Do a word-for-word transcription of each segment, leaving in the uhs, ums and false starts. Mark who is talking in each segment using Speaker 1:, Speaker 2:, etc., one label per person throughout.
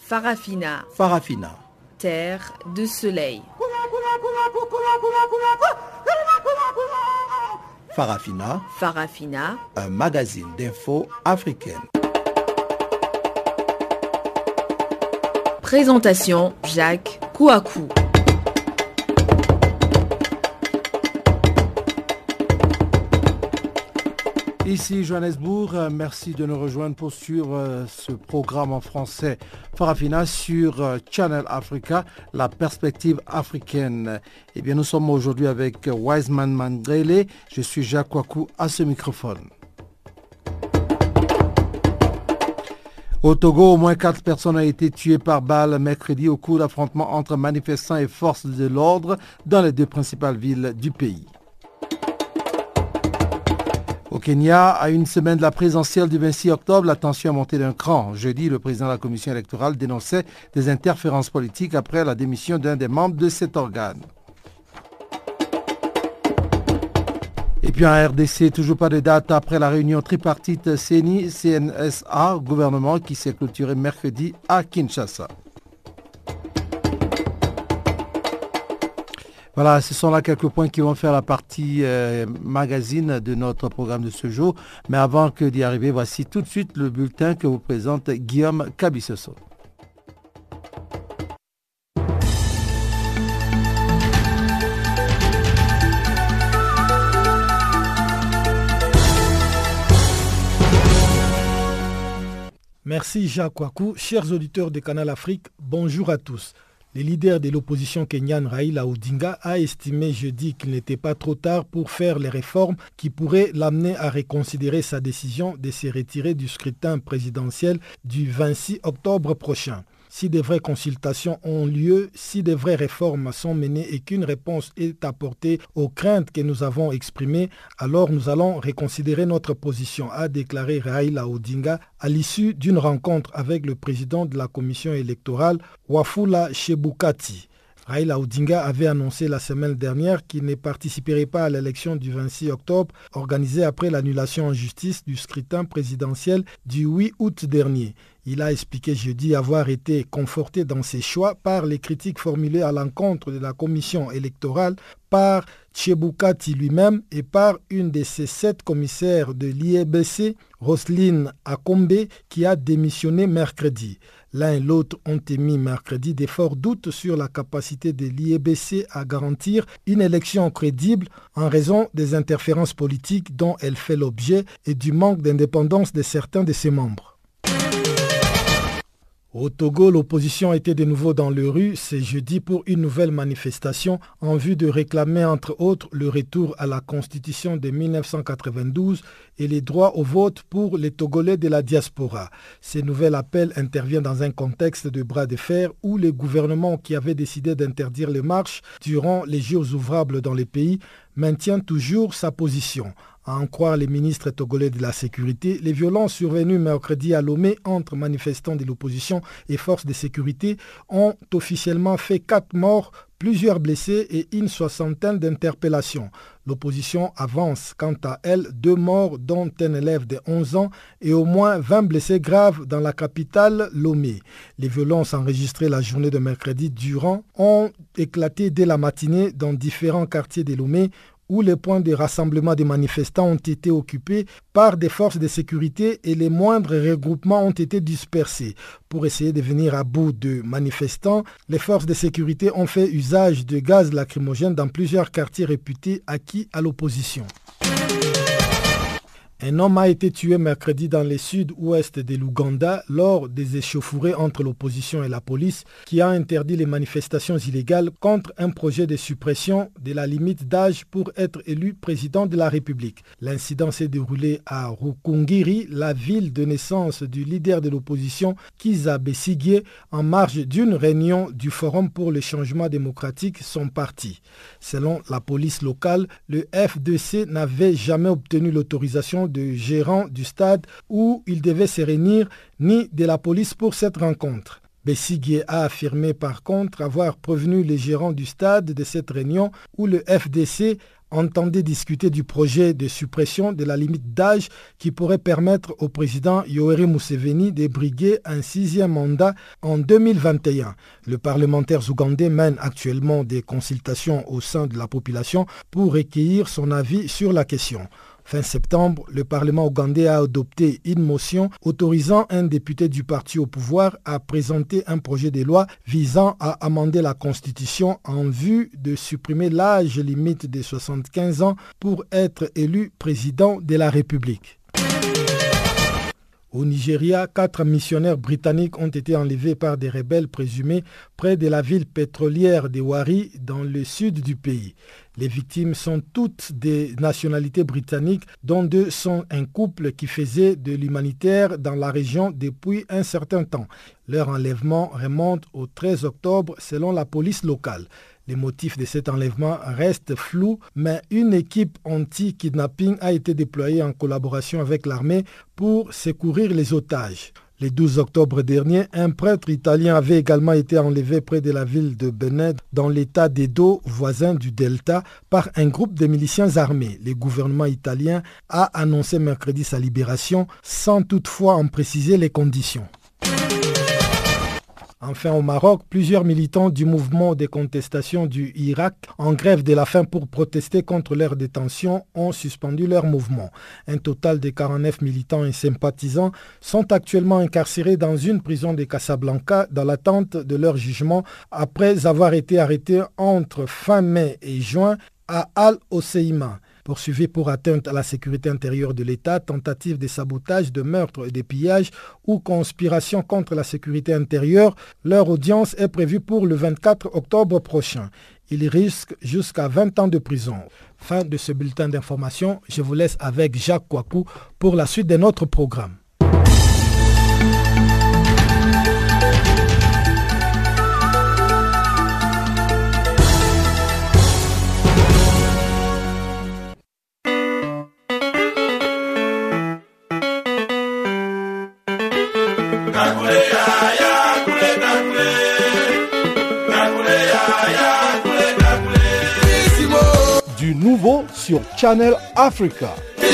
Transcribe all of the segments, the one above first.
Speaker 1: Farafina.
Speaker 2: Farafina.
Speaker 1: Terre de soleil.
Speaker 2: Farafina.
Speaker 1: Farafina.
Speaker 2: Un magazine d'infos africaine.
Speaker 1: Présentation Jacques Kouakou.
Speaker 2: Ici Johannesburg, merci de nous rejoindre pour suivre ce programme en français Farafina sur Channel Africa, la perspective africaine. Eh bien, nous sommes aujourd'hui avec Wiseman Mandrele. Je suis Jacques Kouakou à ce microphone. Au Togo, au moins quatre personnes ont été tuées par balle mercredi au cours d'affrontements entre manifestants et forces de l'ordre dans les deux principales villes du pays. Au Kenya, à une semaine de la présidentielle du vingt-six octobre, la tension a monté d'un cran. Jeudi, le président de la commission électorale dénonçait des interférences politiques après la démission d'un des membres de cet organe. Et puis en R D C, toujours pas de date après la réunion tripartite C N I C N S A, gouvernement qui s'est clôturée mercredi à Kinshasa. Voilà, ce sont là quelques points qui vont faire la partie euh, magazine de notre programme de ce jour. Mais avant que d'y arriver, voici tout de suite le bulletin que vous présente Guillaume Kabissoso.
Speaker 3: Merci Jacques Kouakou. Chers auditeurs de Canal Afrique, bonjour à tous. Le leader de l'opposition kenyane Raila Odinga a estimé jeudi qu'il n'était pas trop tard pour faire les réformes qui pourraient l'amener à reconsidérer sa décision de se retirer du scrutin présidentiel du vingt-six octobre prochain. Si de vraies consultations ont lieu, si de vraies réformes sont menées et qu'une réponse est apportée aux craintes que nous avons exprimées, alors nous allons reconsidérer notre position, a déclaré Raila Odinga à l'issue d'une rencontre avec le président de la commission électorale, Wafula Chebukati. Raila Odinga avait annoncé la semaine dernière qu'il ne participerait pas à l'élection du vingt-six octobre organisée après l'annulation en justice du scrutin présidentiel du huit août dernier. Il a expliqué jeudi avoir été conforté dans ses choix par les critiques formulées à l'encontre de la commission électorale par Chebukati lui-même et par une de ses sept commissaires de l'I E B C, Roselyne Akombe, qui a démissionné mercredi. L'un et l'autre ont émis mercredi de forts doutes sur la capacité de l'I E B C à garantir une élection crédible en raison des interférences politiques dont elle fait l'objet et du manque d'indépendance de certains de ses membres. Au Togo, l'opposition était de nouveau dans les rues ce jeudi pour une nouvelle manifestation en vue de réclamer entre autres le retour à la Constitution de mille neuf cent quatre-vingt-douze et les droits au vote pour les Togolais de la diaspora. Ce nouvel appel intervient dans un contexte de bras de fer où le gouvernement qui avait décidé d'interdire les marches durant les jours ouvrables dans le pays maintient toujours sa position. À en croire les ministres togolais de la sécurité, les violences survenues mercredi à Lomé entre manifestants de l'opposition et forces de sécurité ont officiellement fait quatre morts, plusieurs blessés et une soixantaine d'interpellations. L'opposition avance quant à elle deux morts dont un élève de onze ans et au moins vingt blessés graves dans la capitale Lomé. Les violences enregistrées la journée de mercredi durant ont éclaté dès la matinée dans différents quartiers de Lomé où les points de rassemblement des manifestants ont été occupés par des forces de sécurité et les moindres regroupements ont été dispersés. Pour essayer de venir à bout de manifestants, les forces de sécurité ont fait usage de gaz lacrymogène dans plusieurs quartiers réputés acquis à l'opposition. Un homme a été tué mercredi dans le sud-ouest de l'Ouganda lors des échauffourées entre l'opposition et la police qui a interdit les manifestations illégales contre un projet de suppression de la limite d'âge pour être élu président de la République. L'incident s'est déroulé à Rukungiri, la ville de naissance du leader de l'opposition Kizza Besigye, en marge d'une réunion du Forum pour le changement démocratique, son parti. Selon la police locale, le F D C n'avait jamais obtenu l'autorisation de gérant du stade où il devait se réunir, ni de la police pour cette rencontre. Besigye a affirmé par contre avoir prévenu les gérants du stade de cette réunion où le F D C entendait discuter du projet de suppression de la limite d'âge qui pourrait permettre au président Yoweri Museveni de briguer un sixième mandat en deux mille vingt et un. Le parlementaire ougandais mène actuellement des consultations au sein de la population pour recueillir son avis sur la question. Fin septembre, le Parlement ougandais a adopté une motion autorisant un député du parti au pouvoir à présenter un projet de loi visant à amender la Constitution en vue de supprimer l'âge limite de soixante-quinze ans pour être élu président de la République. Au Nigeria, quatre missionnaires britanniques ont été enlevés par des rebelles présumés près de la ville pétrolière de Warri dans le sud du pays. Les victimes sont toutes des nationalités britanniques, dont deux sont un couple qui faisait de l'humanitaire dans la région depuis un certain temps. Leur enlèvement remonte au treize octobre selon la police locale. Les motifs de cet enlèvement restent flous, mais une équipe anti-kidnapping a été déployée en collaboration avec l'armée pour secourir les otages. Le douze octobre dernier, un prêtre italien avait également été enlevé près de la ville de Benet, dans l'état d'Edo, voisin du Delta, par un groupe de miliciens armés. Le gouvernement italien a annoncé mercredi sa libération, sans toutefois en préciser les conditions. Enfin, au Maroc, plusieurs militants du mouvement de contestation du Irak, en grève de la faim pour protester contre leur détention, ont suspendu leur mouvement. Un total de quarante-neuf militants et sympathisants sont actuellement incarcérés dans une prison de Casablanca dans l'attente de leur jugement après avoir été arrêtés entre fin mai et juin à Al-Hoceima. Poursuivis pour atteinte à la sécurité intérieure de l'État, tentative de sabotage, de meurtre et de pillage ou conspiration contre la sécurité intérieure, leur audience est prévue pour le vingt-quatre octobre prochain. Ils risquent jusqu'à vingt ans de prison. Fin de ce bulletin d'information. Je vous laisse avec Jacques Kouakou pour la suite de notre programme.
Speaker 2: Du nouveau sur Channel Africa.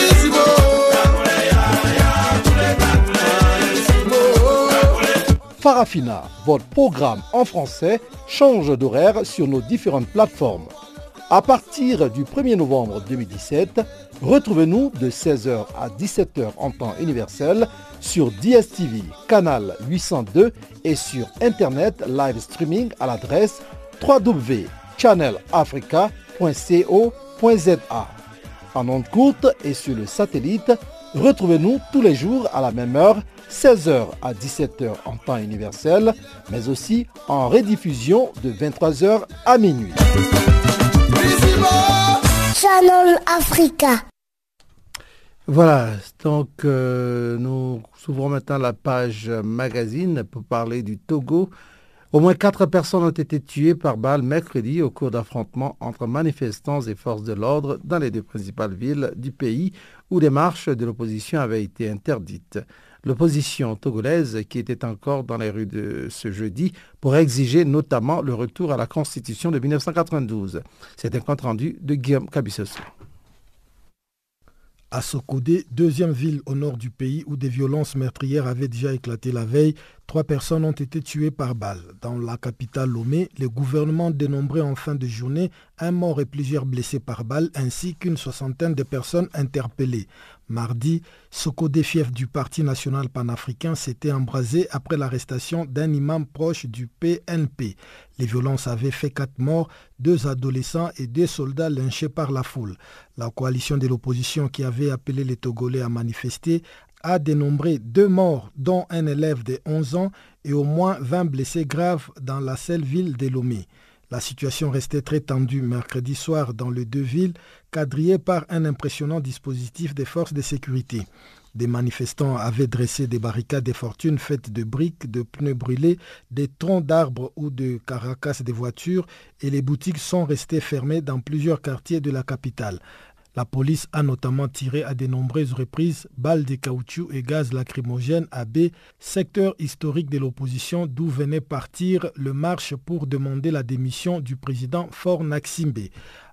Speaker 2: Farafina, votre programme en français, change d'horaire sur nos différentes plateformes. À partir du premier novembre deux mille dix-sept, retrouvez-nous de seize heures à dix-sept heures en temps universel sur D S T V, canal huit cent deux et sur Internet live streaming à l'adresse w w w point channel africa point co point z a. En ondes courtes et sur le satellite, retrouvez-nous tous les jours à la même heure, seize heures à dix-sept heures en temps universel, mais aussi en rediffusion de vingt-trois heures à minuit.
Speaker 4: Channel Africa.
Speaker 2: Voilà, donc euh, nous ouvrons maintenant la page magazine pour parler du Togo. Au moins quatre personnes ont été tuées par balle mercredi au cours d'affrontements entre manifestants et forces de l'ordre dans les deux principales villes du pays où les marches de l'opposition avaient été interdites. L'opposition togolaise qui était encore dans les rues de ce jeudi pour exiger notamment le retour à la Constitution de mille neuf cent quatre-vingt-douze. C'est un compte rendu de Guillaume Kabissoso.
Speaker 3: À Sokodé, deuxième ville au nord du pays où des violences meurtrières avaient déjà éclaté la veille, trois personnes ont été tuées par balle. Dans la capitale Lomé, le gouvernement dénombrait en fin de journée un mort et plusieurs blessés par balle ainsi qu'une soixantaine de personnes interpellées. Mardi, Sokodé, fief du Parti national panafricain, s'était embrasé après l'arrestation d'un imam proche du P N P. Les violences avaient fait quatre morts, deux adolescents et deux soldats lynchés par la foule. La coalition de l'opposition qui avait appelé les Togolais à manifester a dénombré deux morts, dont un élève de onze ans et au moins vingt blessés graves dans la seule ville de Lomé. La situation restait très tendue mercredi soir dans les deux villes, quadrillée par un impressionnant dispositif des forces de sécurité. Des manifestants avaient dressé des barricades de fortune faites de briques, de pneus brûlés, des troncs d'arbres ou de carcasses de voitures et les boutiques sont restées fermées dans plusieurs quartiers de la capitale. La police a notamment tiré à de nombreuses reprises balles de caoutchouc et gaz lacrymogène à B, secteur historique de l'opposition d'où venait partir le marche pour demander la démission du président Faure Gnassingbé.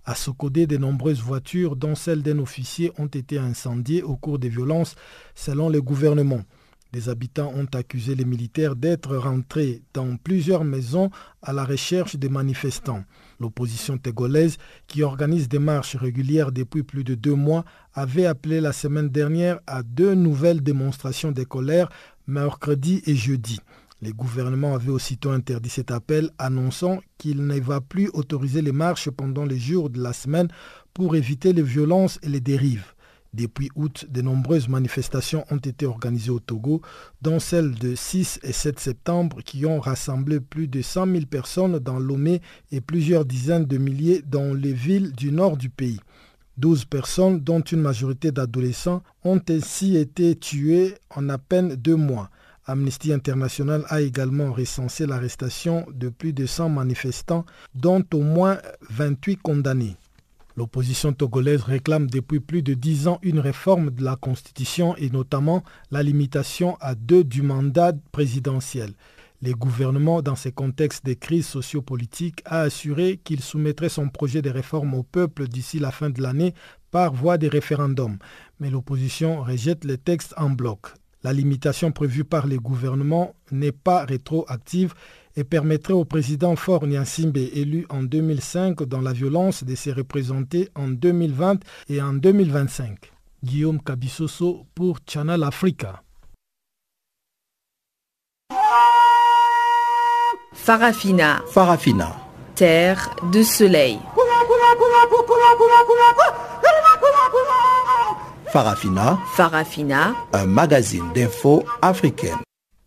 Speaker 3: À Sokodé, de nombreuses voitures, dont celle d'un officier, ont été incendiées au cours des violences, selon le gouvernement. Des habitants ont accusé les militaires d'être rentrés dans plusieurs maisons à la recherche des manifestants. L'opposition togolaise, qui organise des marches régulières depuis plus de deux mois, avait appelé la semaine dernière à deux nouvelles démonstrations de colère, mercredi et jeudi. Le gouvernement avait aussitôt interdit cet appel, annonçant qu'il ne va plus autoriser les marches pendant les jours de la semaine pour éviter les violences et les dérives. Depuis août, de nombreuses manifestations ont été organisées au Togo, dont celles de six et sept septembre qui ont rassemblé plus de cent mille personnes dans Lomé et plusieurs dizaines de milliers dans les villes du nord du pays. douze personnes, dont une majorité d'adolescents, ont ainsi été tuées en à peine deux mois. Amnesty International a également recensé l'arrestation de plus de cent manifestants, dont au moins vingt-huit condamnés. L'opposition togolaise réclame depuis plus de dix ans une réforme de la Constitution et notamment la limitation à deux du mandat présidentiel. Le gouvernement, dans ce contexte de crise sociopolitique, a assuré qu'il soumettrait son projet de réforme au peuple d'ici la fin de l'année par voie de référendum. Mais l'opposition rejette le texte en bloc. La limitation prévue par le gouvernement n'est pas rétroactive et permettrait au président Faure Gnassingbé, élu en deux mille cinq dans la violence, de se représenter en deux mille vingt et en deux mille vingt-cinq. Guillaume Kabissoso pour Channel Africa.
Speaker 1: Farafina.
Speaker 5: Farafina.
Speaker 1: Terre de soleil.
Speaker 5: Farafina.
Speaker 1: Farafina.
Speaker 5: Un magazine d'infos africaine.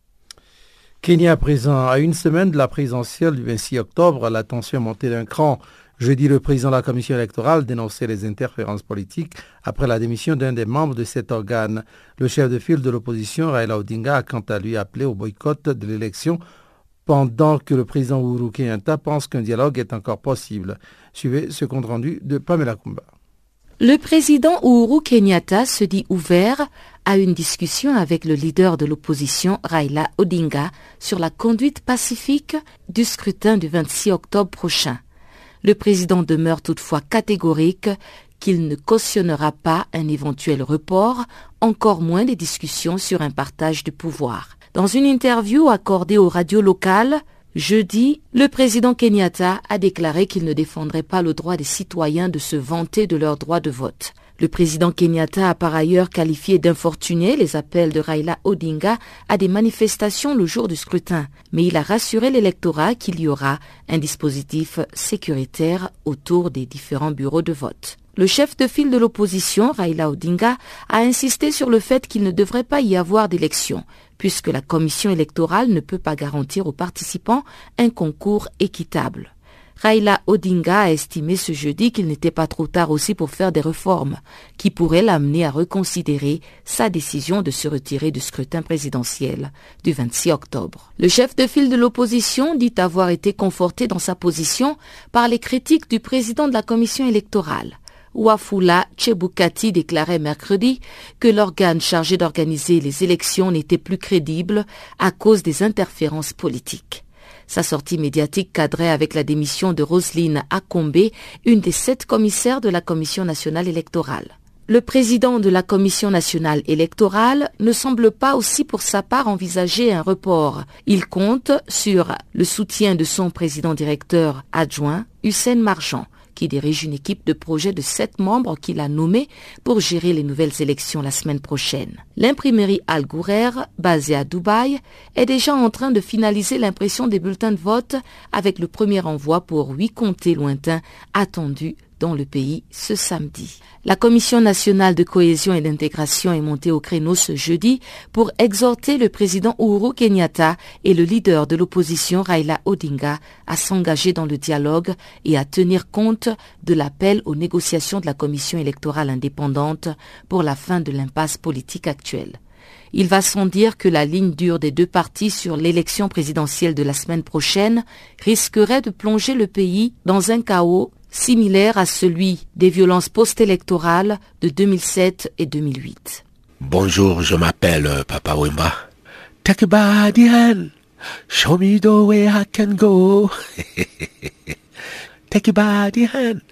Speaker 2: Kenya à présent, à une semaine de la présidentielle du vingt-six octobre, la tension est montée d'un cran. Jeudi, le président de la commission électorale dénonçait les interférences politiques après la démission d'un des membres de cet organe. Le chef de file de l'opposition, Raila Odinga, a quant à lui appelé au boycott de l'élection pendant que le président Uhuru Kenyatta pense qu'un dialogue est encore possible. Suivez ce compte rendu de Pamela Kumba.
Speaker 6: Le président Uhuru Kenyatta se dit ouvert à une discussion avec le leader de l'opposition Raila Odinga sur la conduite pacifique du scrutin du vingt-six octobre prochain. Le président demeure toutefois catégorique qu'il ne cautionnera pas un éventuel report, encore moins des discussions sur un partage du pouvoir. Dans une interview accordée aux radios locales, jeudi, le président Kenyatta a déclaré qu'il ne défendrait pas le droit des citoyens de se vanter de leur droit de vote. Le président Kenyatta a par ailleurs qualifié d'infortunés les appels de Raila Odinga à des manifestations le jour du scrutin, mais il a rassuré l'électorat qu'il y aura un dispositif sécuritaire autour des différents bureaux de vote. Le chef de file de l'opposition, Raila Odinga, a insisté sur le fait qu'il ne devrait pas y avoir d'élection, puisque la commission électorale ne peut pas garantir aux participants un concours équitable. Raila Odinga a estimé ce jeudi qu'il n'était pas trop tard aussi pour faire des réformes qui pourraient l'amener à reconsidérer sa décision de se retirer du scrutin présidentiel du vingt-six octobre. Le chef de file de l'opposition dit avoir été conforté dans sa position par les critiques du président de la commission électorale. Wafula Chebukati déclarait mercredi que l'organe chargé d'organiser les élections n'était plus crédible à cause des interférences politiques. Sa sortie médiatique cadrait avec la démission de Roselyne Akombe, une des sept commissaires de la Commission nationale électorale. Le président de la Commission nationale électorale ne semble pas aussi pour sa part envisager un report. Il compte sur le soutien de son président-directeur adjoint, Hussein Marjan, qui dirige une équipe de projet de sept membres qu'il a nommés pour gérer les nouvelles élections la semaine prochaine. L'imprimerie Al Ghurair, basée à Dubaï, est déjà en train de finaliser l'impression des bulletins de vote avec le premier envoi pour huit comtés lointains attendus dans le pays ce samedi. La Commission nationale de cohésion et d'intégration est montée au créneau ce jeudi pour exhorter le président Uhuru Kenyatta et le leader de l'opposition Raila Odinga à s'engager dans le dialogue et à tenir compte de l'appel aux négociations de la Commission électorale indépendante pour la fin de l'impasse politique actuelle. Il va sans dire que la ligne dure des deux partis sur l'élection présidentielle de la semaine prochaine risquerait de plonger le pays dans un chaos similaire à celui des violences post-électorales de deux mille sept et deux mille huit.
Speaker 7: Bonjour, je m'appelle euh, Papa Wemba. Take a body hand, show me the way I can go. Take a body hand,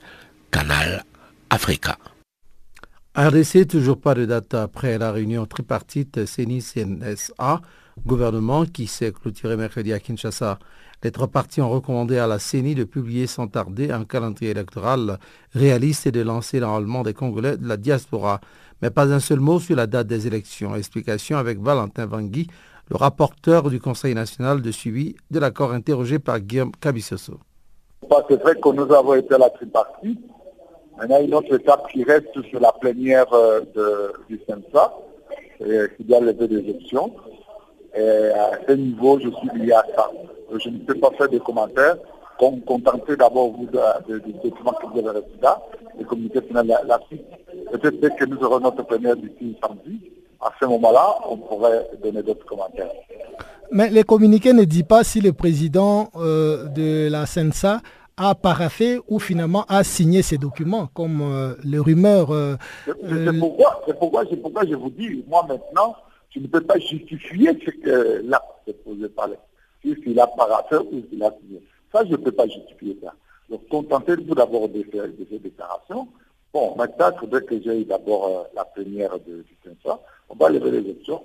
Speaker 7: Canal Africa.
Speaker 2: R D C, toujours pas de date après la réunion tripartite C E N I-C N S A, gouvernement qui s'est clôturé mercredi à Kinshasa. Les trois partis ont recommandé à la C E N I de publier sans tarder un calendrier électoral réaliste et de lancer l'enrôlement des Congolais de la diaspora. Mais pas un seul mot sur la date des élections. Explication avec Valentin Vangui, le rapporteur du Conseil national de suivi de l'accord, interrogé par Guillaume Kabissoso.
Speaker 8: C'est vrai que nous avons été à la tripartite. Maintenant, une autre étape qui reste sur la plénière de, du C E N S A, euh, qui doit lever des options. Et à ce niveau, je suis lié à ça. Je ne peux pas faire de commentaires. Comme contenter d'abord vous du document que vous avez reçu là, le communiqué final la, la suite. Peut-être dès que nous aurons notre plénière d'ici samedi, à ce moment-là, on pourrait donner d'autres commentaires.
Speaker 3: Mais le communiqué ne dit pas si le président euh, de la C E N S A a paraphé ou finalement a signé ces documents, comme euh, les rumeurs... Euh,
Speaker 8: c'est, c'est, pourquoi, c'est, pourquoi, c'est pourquoi je vous dis, moi maintenant, je ne peux pas justifier ce que l'acte est posé par les... s'il a paraphé ou s'il a signé. Ça, je ne peux pas justifier ça. Donc, contentez-vous d'abord de, faire, de ces déclarations. Bon, maintenant, il faudrait que j'aille d'abord euh, la plénière de, du C E N S A. On va lever les options.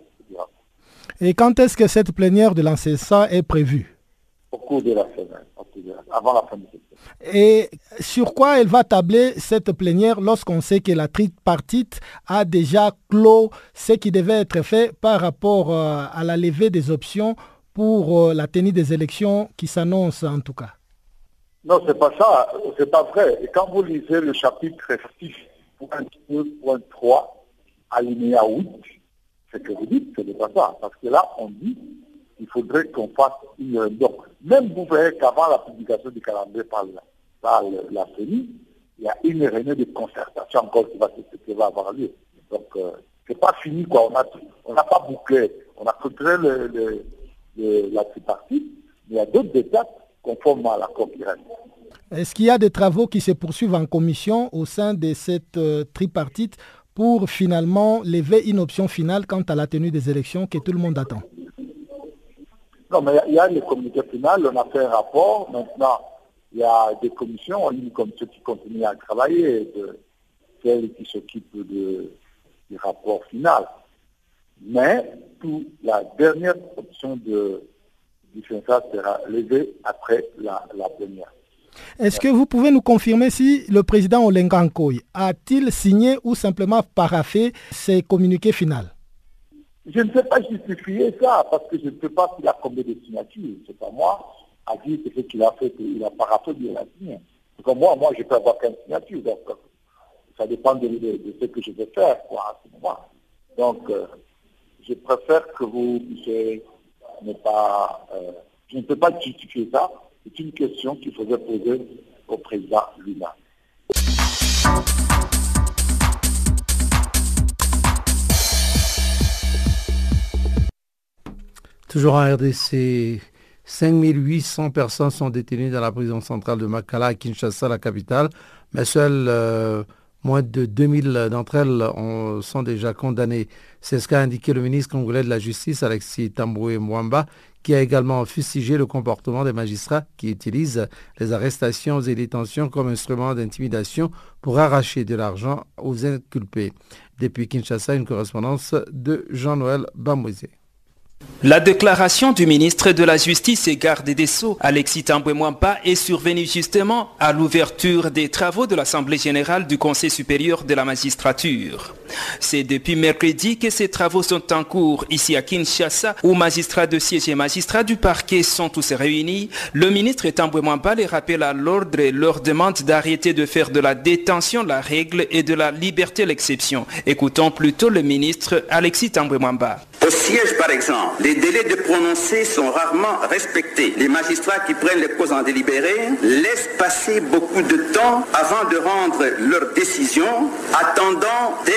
Speaker 3: Et quand est-ce que cette plénière de l'A N S A est prévue?
Speaker 8: Au cours de la semaine, au cours de la, avant la fin de cette semaine.
Speaker 3: Et sur quoi elle va tabler cette plénière lorsqu'on sait que la tripartite a déjà clos ce qui devait être fait par rapport euh, à la levée des options pour euh, la tenue des élections qui s'annoncent en tout cas?
Speaker 8: Non, c'est pas ça, c'est pas vrai. Et quand vous lisez le chapitre six, point deux, point trois, alinéa huit, ce que vous dites, ce n'est pas ça. Parce que là, on dit qu'il faudrait qu'on fasse une... Donc, même vous verrez qu'avant la publication du calendrier par la, par la C E N I, il y a une réunion de concertation encore qui va, qui va avoir lieu. Donc, euh, c'est pas fini, quoi. On a, on n'a pas bouclé. On a clôturé le, le, le, la tripartite, mais il y a d'autres étapes conformes à l'accord qui reste.
Speaker 3: Est-ce qu'il y a des travaux qui se poursuivent en commission au sein de cette euh, tripartite pour finalement lever une option finale quant à la tenue des élections que tout le monde attend?
Speaker 8: Non, mais il y, y a le communiqué final, on a fait un rapport. Maintenant, il y a des commissions, une commission qui continue à travailler, de, celle qui s'occupe de, du rapport final. Mais tout, la dernière option de, du C E N S A sera levée après la, la plénière.
Speaker 3: Est-ce que vous pouvez nous confirmer si le président Olenga Nkoy a-t-il signé ou simplement paraphé ces communiqués finaux?
Speaker 8: Je ne sais pas justifier ça, parce que je ne sais pas s'il a combien de signatures. C'est pas moi à dire que ce qu'il a fait, il a paraphé, il a signé. Comme moi, moi, je peux avoir quinze signatures. Donc, ça dépend de, de, de ce que je vais faire, quoi, à ce moment. Donc, euh, je préfère que vous puissiez ne pas... Euh, je ne peux pas justifier ça. C'est une question qu'il faudrait poser au président lui-même.
Speaker 2: Toujours en R D C, cinq mille huit cents personnes sont détenues dans la prison centrale de Makala à Kinshasa, la capitale, mais seules euh, moins de deux mille d'entre elles ont, sont déjà condamnées. C'est ce qu'a indiqué le ministre congolais de la Justice, Alexis Tamboué Mwamba, qui a également fustigé le comportement des magistrats qui utilisent les arrestations et détentions comme instrument d'intimidation pour arracher de l'argent aux inculpés. Depuis Kinshasa, une correspondance de Jean-Noël Bamouizé.
Speaker 9: La déclaration du ministre de la Justice et garde des Sceaux, Alexis Tamboué Mwamba, est survenue justement à l'ouverture des travaux de l'Assemblée générale du Conseil supérieur de la magistrature. C'est depuis mercredi que ces travaux sont en cours ici à Kinshasa, où magistrats de siège et magistrats du parquet sont tous réunis. Le ministre Tamboué Mwamba les rappelle à l'ordre et leur demande d'arrêter de faire de la détention la règle et de la liberté l'exception. Écoutons plutôt le ministre Alexis Tamboué Mwamba.
Speaker 10: Au siège, par exemple, les délais de prononcer sont rarement respectés. Les magistrats qui prennent les causes en délibéré laissent passer beaucoup de temps avant de rendre leur décision, attendant d'être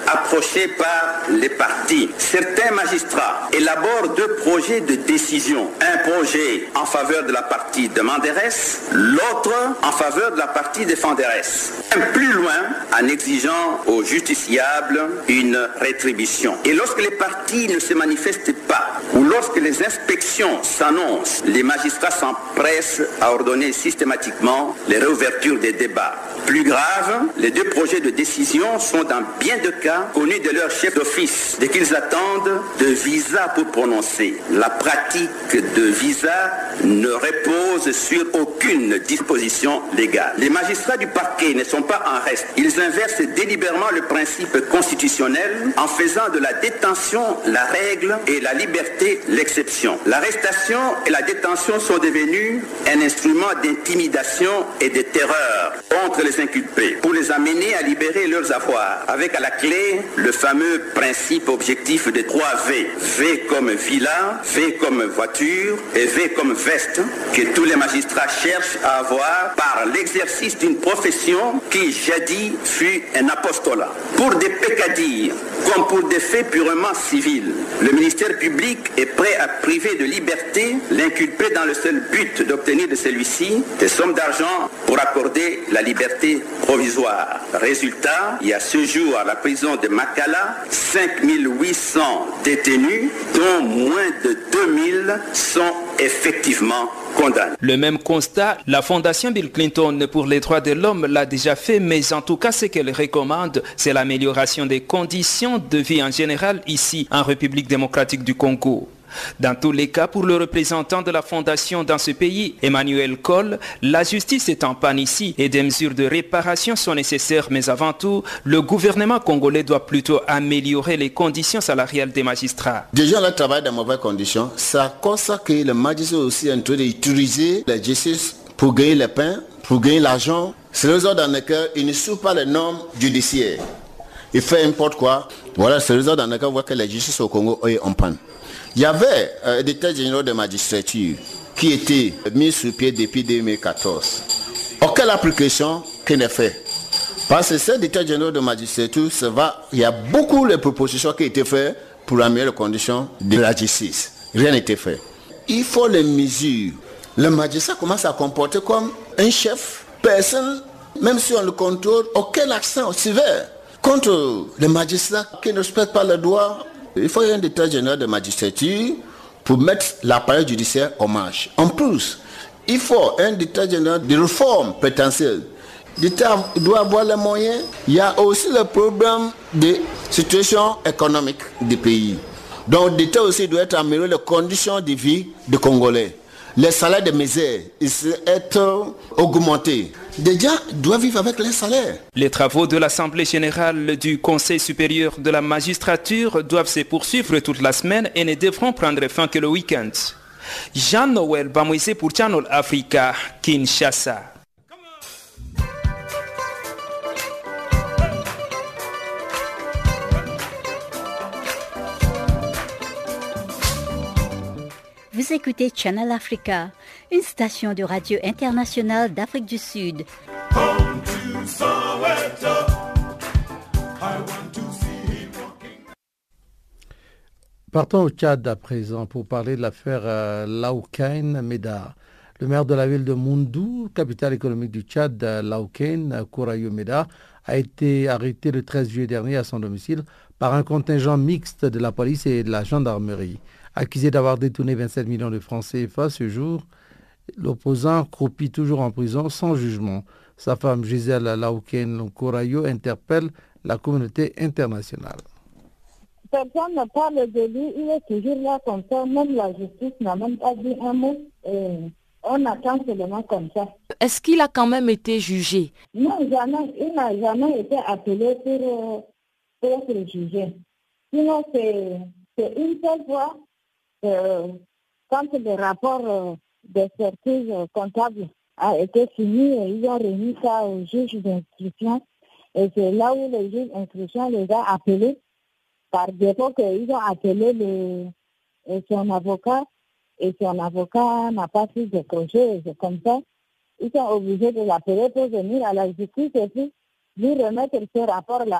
Speaker 10: approchée par les partis. Certains magistrats élaborent deux projets de décision. Un projet en faveur de la partie demanderesse, l'autre en faveur de la partie défenderesse. Plus loin, en exigeant aux justiciables une rétribution. Et lorsque les parties ne se manifestent pas, ou lorsque les inspections s'annoncent, les magistrats s'empressent à ordonner systématiquement les réouvertures des débats. Plus grave, les deux projets de décision sont dans bien de cas connus de leur chef d'office, dès qu'ils attendent de visa pour prononcer. La pratique de visa ne repose sur aucune disposition légale. Les magistrats du parquet ne sont pas en reste. Ils inversent délibérément le principe constitutionnel en faisant de la détention la règle et la liberté l'exception. L'arrestation et la détention sont devenues un instrument d'intimidation et de terreur contre les inculpés pour les amener à libérer leurs avoirs, avec à la clé le fameux principe objectif des trois V. V comme villa, V comme voiture et V comme veste que tous les magistrats cherchent à avoir par l'exercice d'une profession qui jadis fut un apostolat. Pour des peccadilles comme pour des faits purement civils, le ministère public est prêt à priver de liberté l'inculpé dans le seul but d'obtenir de celui-ci des sommes d'argent pour accorder la liberté provisoire. Résultat, il y a ce jour à la prison de Makala cinq mille huit cents détenus, dont moins de deux mille sont effectivement condamnés.
Speaker 9: Le même constat, la Fondation Bill Clinton pour les droits de l'homme l'a déjà fait, mais en tout cas ce qu'elle recommande, c'est l'amélioration des conditions de vie en général ici en République démocratique du Congo. Dans tous les cas, pour le représentant de la Fondation dans ce pays, Emmanuel Cole, la justice est en panne ici et des mesures de réparation sont nécessaires, mais avant tout, le gouvernement congolais doit plutôt améliorer les conditions salariales des magistrats.
Speaker 11: Des gens là travaillent dans de mauvaises conditions. Ça constate que le magistrat est aussi en train d'utiliser la justice pour gagner le pain, pour gagner l'argent. C'est le raison dans lequel il ne suit pas les normes judiciaires. Il fait n'importe quoi. Voilà, c'est le raison dans lequel on voit que la justice au Congo est en panne. Il y avait euh, des états généraux de magistrature qui étaient mis sur pied depuis deux mille quatorze. Aucune application qui n'est faite. Parce que ces états généraux de magistrature, ça va, il y a beaucoup de propositions qui ont été faites pour améliorer les conditions de la justice. Rien n'a été fait. Il faut les mesures. Le magistrat commence à comporter comme un chef. Personne, même si on le contrôle, aucun accent sévère contre les magistrats qui ne respectent pas le droit. Il faut un état général de magistrature pour mettre l'appareil judiciaire en marche. En plus, il faut un état général de réforme potentielle. L'État doit avoir les moyens. Il y a aussi le problème de situation économique du pays. Donc l'État aussi doit être amélioré les conditions de vie des Congolais. Les salaires de misère, ils doivent être augmentés. Les gens doivent vivre avec les salaires.
Speaker 9: Les travaux de l'Assemblée générale du Conseil supérieur de la magistrature doivent se poursuivre toute la semaine et ne devront prendre fin que le week-end. Jean-Noël Bamouissé pour Channel Africa, Kinshasa.
Speaker 12: Vous écoutez Channel Africa, une station de radio internationale d'Afrique du Sud.
Speaker 2: Partons au Tchad à présent pour parler de l'affaire euh, Laoukaine Meda. Le maire de la ville de Moundou, capitale économique du Tchad, Laoukaine Kourayo Meda, a été arrêté le treize juillet dernier à son domicile par un contingent mixte de la police et de la gendarmerie. Accusé d'avoir détourné vingt-sept millions de francs C F A ce jour, l'opposant croupit toujours en prison sans jugement. Sa femme Gisèle Laoukaine Kourayo interpelle la communauté internationale.
Speaker 13: Personne ne parle de lui, il est toujours là comme ça, même la justice n'a même pas dit un mot. Et on attend seulement comme ça.
Speaker 6: Est-ce qu'il a quand même été jugé?
Speaker 13: Non, jamais. Il n'a jamais été appelé pour, pour être jugé. Sinon, c'est, c'est une seule fois. Euh, quand le rapport euh, d'expertise euh, comptable a été fini, et ils ont remis ça au juge d'instruction. Et c'est là où le juge d'instruction les a appelés. Par défaut qu'ils ont appelé le, son avocat. Et son avocat n'a pas pu décrocher. C'est comme ça. Ils sont obligés de l'appeler pour venir à la justice et puis lui remettre ce rapport-là.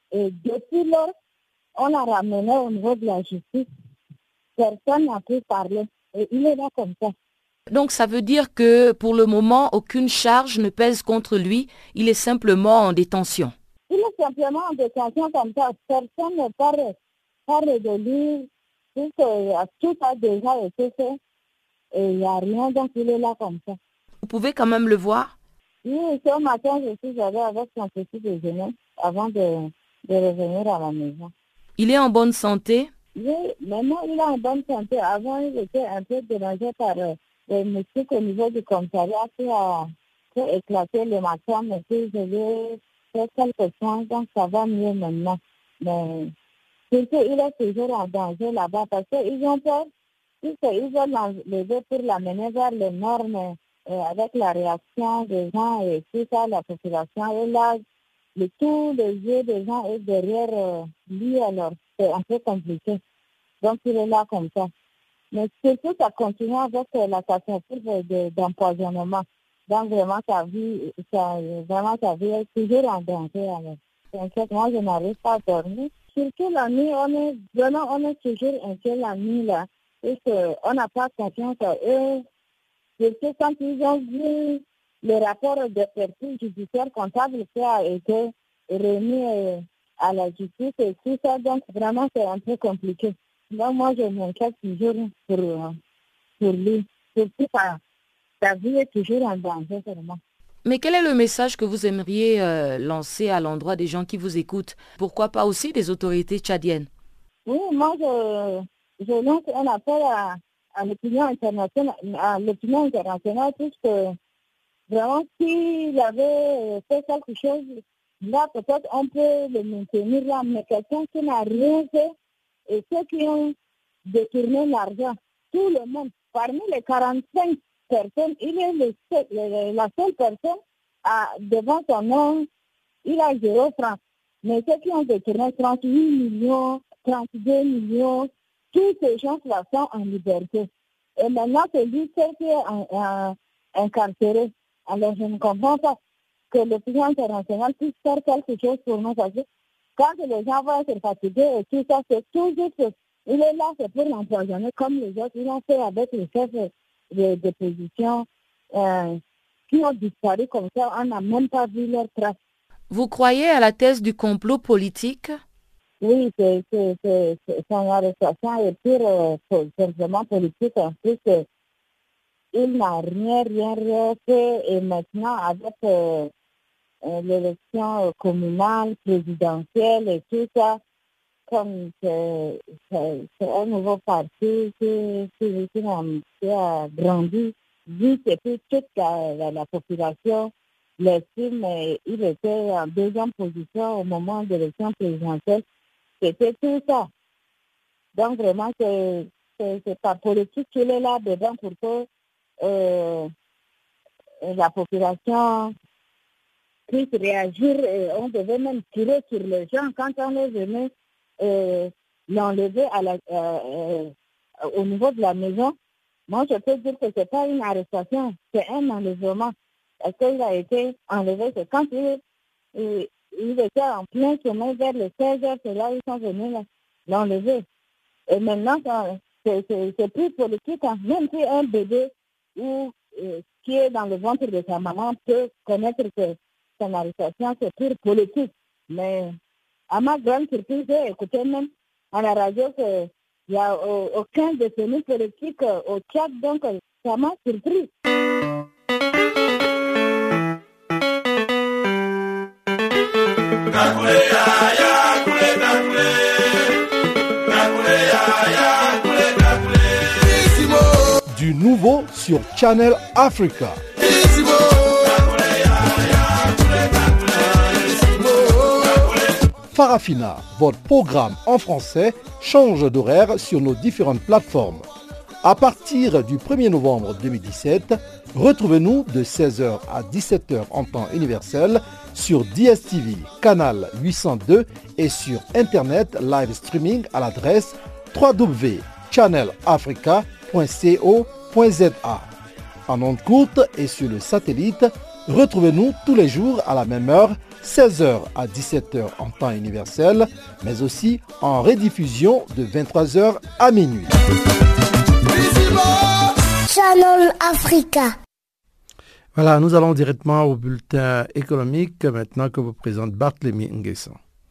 Speaker 13: Et depuis lors, on l'a ramené au niveau de la justice. Personne n'a pu parler. Et il est là comme ça.
Speaker 6: Donc ça veut dire que pour le moment, aucune charge ne pèse contre lui. Il est simplement en détention.
Speaker 13: Il est simplement en détention comme ça. Personne ne parle, parle de lui. Tout, tout a déjà été fait. Et il n'y a rien, donc il est là comme ça.
Speaker 6: Vous pouvez quand même le voir?
Speaker 13: Oui, ce matin, je suis allée avec son petit déjeuner avant de, de revenir à la maison.
Speaker 6: Il est en bonne santé?
Speaker 13: Oui, maintenant il est en bonne santé. Avant, il était un peu dérangé par euh, les moustiques au niveau du commissariat qui a fait éclater le matin, mais puis je lui ai fait quelques soins, donc ça va mieux maintenant. Mais surtout, il est toujours en danger là-bas parce qu'ils ont peur. Ils veulent l'enlever pour l'amener vers le nord, mais euh, avec la réaction des gens et tout ça, la population est là. Le, tous les yeux des gens est derrière euh, lui, alors c'est un peu compliqué. Donc il est là comme ça. Mais surtout, ça continue avec euh, la catastrophe d'empoisonnement. Donc vraiment, sa vie, ça, vraiment, sa vie est toujours en danger. Alors. En fait, moi, je n'arrive pas à dormir. Surtout la nuit, on est vraiment, on est toujours inquiet la nuit là. Et qu'on n'a pas confiance à eux. Surtout quand ils ont vu le rapport d'expertise judiciaire comptable qui a été remis à la justice et tout ça, donc vraiment c'est un peu compliqué. Donc moi je m'inquiète toujours pour, pour lui. Surtout sa, sa vie est toujours en danger vraiment.
Speaker 6: Mais quel est le message que vous aimeriez euh, lancer à l'endroit des gens qui vous écoutent? Pourquoi pas aussi des autorités tchadiennes?
Speaker 13: Oui, moi je... Je lance un appel à, à l'opinion internationale, à l'opinion internationale, puisque vraiment, s'il avait fait quelque chose, là, peut-être on peut le maintenir là, mais quelqu'un qui n'a rien fait, et ceux qui ont détourné l'argent, tout le monde, parmi les quarante-cinq personnes, il est le seul, le, la seule personne à, devant son nom, il a zéro franc. Mais ceux qui ont détourné trente-huit millions, trente-deux millions, tous ces gens-là sont en liberté. Et maintenant, c'est lui qui est incarcéré. Alors, je ne comprends pas que l'opinion internationale puisse faire quelque chose pour nous. Parce que quand les gens vont être fatigués et tout ça, c'est tout juste. Il est là, c'est pour l'empoisonner comme les autres. Ils l'ont fait avec les chefs de d'opposition euh, qui ont disparu comme ça. On n'a même pas vu leur trace.
Speaker 6: Vous croyez à la thèse du complot politique?
Speaker 13: Oui, c'est, c'est, c'est, c'est son arrestation est pure, euh, simplement politique. En plus, euh, il n'a rien, rien, rien fait. Et maintenant, avec euh, euh, l'élection communale, présidentielle et tout ça, comme c'est, c'est, c'est un nouveau parti qui, qui, qui, a, qui a grandi, vu que toute la, la, la population l'estime, il était en deuxième position au moment de l'élection présidentielle. C'était tout ça. Donc vraiment, c'est, c'est, c'est pas politique qu'il est là dedans pour que euh, la population puisse réagir. Et on devait même tirer sur les gens quand on est venu euh, l'enlever à la, euh, euh, au niveau de la maison. Moi, je peux dire que ce n'est pas une arrestation, c'est un enlèvement. Parce qu'il a été enlevé, c'est quand il, il, il était en plein chemin vers les seize heures, c'est là ils sont venus là, l'enlever. Et maintenant, c'est, c'est, c'est plus politique. Hein. Même si un bébé ou, euh, qui est dans le ventre de sa maman peut connaître que son arrestation, c'est pure politique. Mais à ma grande surprise, j'ai écouté même à la radio qu'il n'y a euh, aucun détenu politique euh, au Tchad, donc euh, ça m'a surpris.
Speaker 2: Du nouveau sur Channel Africa. Farafina, votre programme en français, change d'horaire sur nos différentes plateformes. À partir du premier novembre deux mille dix-sept, retrouvez-nous de seize heures à dix-sept heures en temps universel sur D S T V, canal huit cent deux et sur Internet live streaming à l'adresse w w w point channel africa point co point z a. En ondes courtes et sur le satellite, Retrouvez-nous tous les jours à la même heure, seize heures à dix-sept heures en temps universel, mais aussi en rediffusion de vingt-trois heures à minuit.
Speaker 4: Channel Africa.
Speaker 2: Voilà, nous allons directement au bulletin économique maintenant que vous présente Barthélemy Nguessan.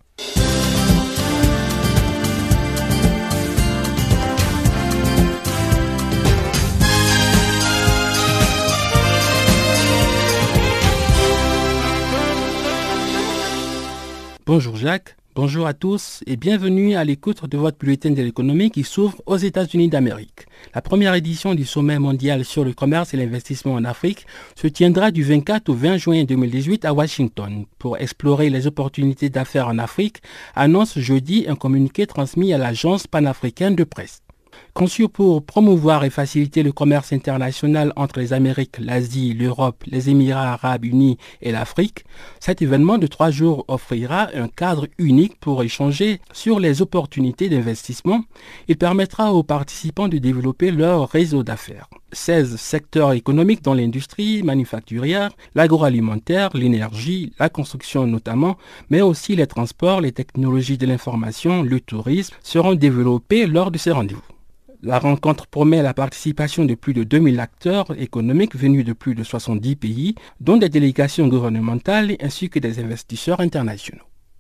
Speaker 14: Bonjour Jacques, bonjour à tous et bienvenue à l'écoute de votre bulletin de l'économie qui s'ouvre aux États-Unis d'Amérique. La première édition du sommet mondial sur le commerce et l'investissement en Afrique se tiendra du vingt-quatre au vingt juin deux mille dix-huit à Washington. Pour explorer les opportunités d'affaires en Afrique, annonce jeudi un communiqué transmis à l'agence panafricaine de presse. Conçu pour promouvoir et faciliter le commerce international entre les Amériques, l'Asie, l'Europe, les Émirats arabes unis et l'Afrique, cet événement de trois jours offrira un cadre unique pour échanger sur les opportunités d'investissement. Il permettra aux participants de développer leur réseau d'affaires. seize secteurs économiques dont l'industrie manufacturière, l'agroalimentaire, l'énergie, la construction notamment, mais aussi les transports, les technologies de l'information, le tourisme seront développés lors de ces rendez-vous. La rencontre promet la participation de plus de deux mille acteurs économiques venus de plus de soixante-dix pays, dont des délégations gouvernementales ainsi que des investisseurs internationaux.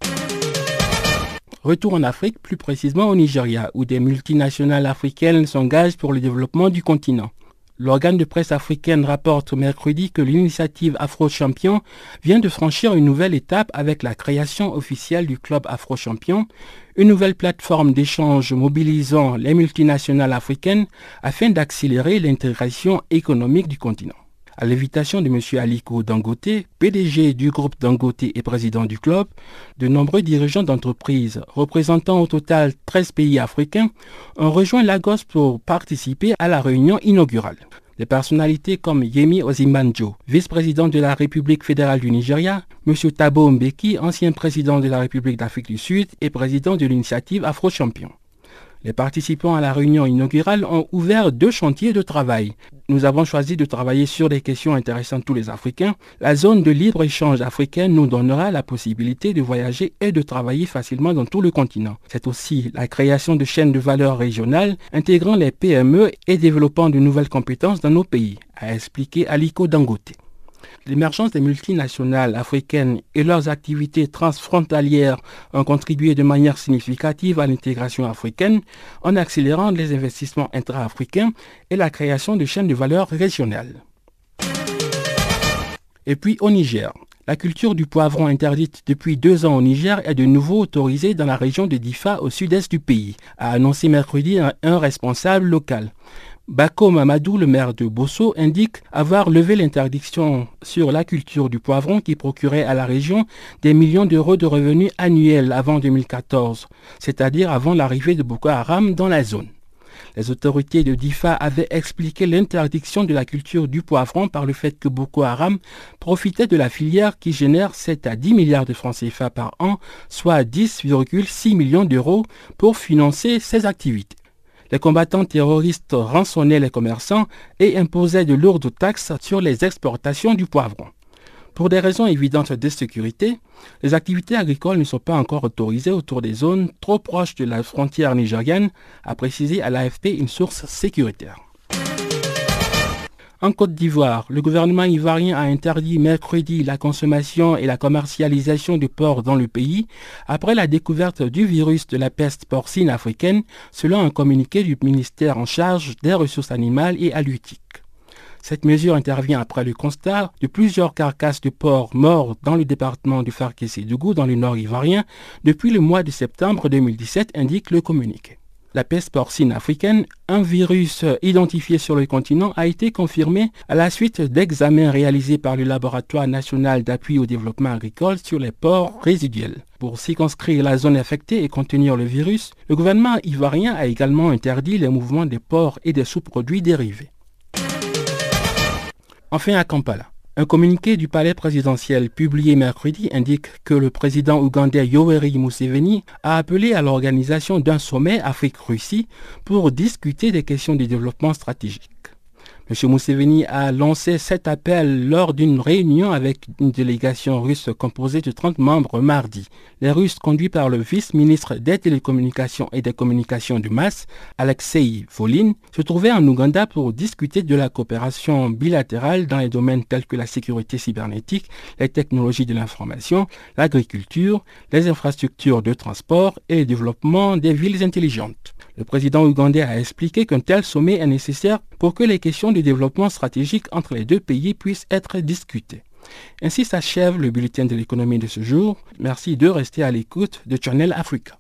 Speaker 14: Retour en Afrique, plus précisément au Nigeria, où des multinationales africaines s'engagent pour le développement du continent. L'organe de presse africaine rapporte mercredi que l'initiative Afro-Champion vient de franchir une nouvelle étape avec la création officielle du club Afro-Champion, une nouvelle plateforme d'échange mobilisant les multinationales africaines afin d'accélérer l'intégration économique du continent. À l'invitation de M. Aliko Dangote, P D G du groupe Dangote et président du club, de nombreux dirigeants d'entreprises représentant au total treize pays africains ont rejoint Lagos pour participer à la réunion inaugurale. Des personnalités comme Yemi Osinbajo, vice-président de la République fédérale du Nigeria, M. Thabo Mbeki, ancien président de la République d'Afrique du Sud et président de l'initiative Afro-Champion. Les participants à la réunion inaugurale ont ouvert deux chantiers de travail. Nous avons choisi de travailler sur des questions intéressant tous les Africains. La zone de libre-échange africaine nous donnera la possibilité de voyager et de travailler facilement dans tout le continent. C'est aussi la création de chaînes de valeur régionales intégrant les P M E et développant de nouvelles compétences dans nos pays, a expliqué Aliko Dangote. L'émergence des multinationales africaines et leurs activités transfrontalières ont contribué de manière significative à l'intégration africaine en accélérant les investissements intra-africains et la création de chaînes de valeur régionales. Et puis au Niger. La culture du poivron interdite depuis deux ans au Niger est de nouveau autorisée dans la région de Difa au sud-est du pays, a annoncé mercredi un, un responsable local. Bako Mamadou, le maire de Bosso, indique avoir levé l'interdiction sur la culture du poivron qui procurait à la région des millions d'euros de revenus annuels avant deux mille quatorze, c'est-à-dire avant l'arrivée de Boko Haram dans la zone. Les autorités de Difa avaient expliqué l'interdiction de la culture du poivron par le fait que Boko Haram profitait de la filière qui génère sept à dix milliards de francs C F A par an, soit dix virgule six millions d'euros pour financer ses activités. Les combattants terroristes rançonnaient les commerçants et imposaient de lourdes taxes sur les exportations du poivron. Pour des raisons évidentes de sécurité, les activités agricoles ne sont pas encore autorisées autour des zones trop proches de la frontière nigérienne, a précisé à l'A F P une source sécuritaire. En Côte d'Ivoire, le gouvernement ivoirien a interdit mercredi la consommation et la commercialisation de porc dans le pays après la découverte du virus de la peste porcine africaine, selon un communiqué du ministère en charge des ressources animales et halieutiques. Cette mesure intervient après le constat de plusieurs carcasses de porcs morts dans le département du Farkessédougou dans le nord ivoirien depuis le mois de septembre deux mille dix-sept, indique le communiqué. La peste porcine africaine, un virus identifié sur le continent, a été confirmé à la suite d'examens réalisés par le Laboratoire national d'appui au développement agricole sur les porcs résiduels. Pour circonscrire la zone affectée et contenir le virus, le gouvernement ivoirien a également interdit les mouvements des porcs et des sous-produits dérivés. Enfin à Kampala. Un communiqué du palais présidentiel publié mercredi indique que le président ougandais Yoweri Museveni a appelé à l'organisation d'un sommet Afrique-Russie pour discuter des questions de développement stratégique. M. Museveni a lancé cet appel lors d'une réunion avec une délégation russe composée de trente membres mardi. Les Russes, conduits par le vice-ministre des Télécommunications et des Communications du M A S, Alexei Volin, se trouvaient en Ouganda pour discuter de la coopération bilatérale dans les domaines tels que la sécurité cybernétique, les technologies de l'information, l'agriculture, les infrastructures de transport et le développement des villes intelligentes. Le président ougandais a expliqué qu'un tel sommet est nécessaire pour que les questions de développement stratégique entre les deux pays puissent être discutées. Ainsi s'achève le bulletin de l'économie de ce jour. Merci de rester à l'écoute de Channel Africa.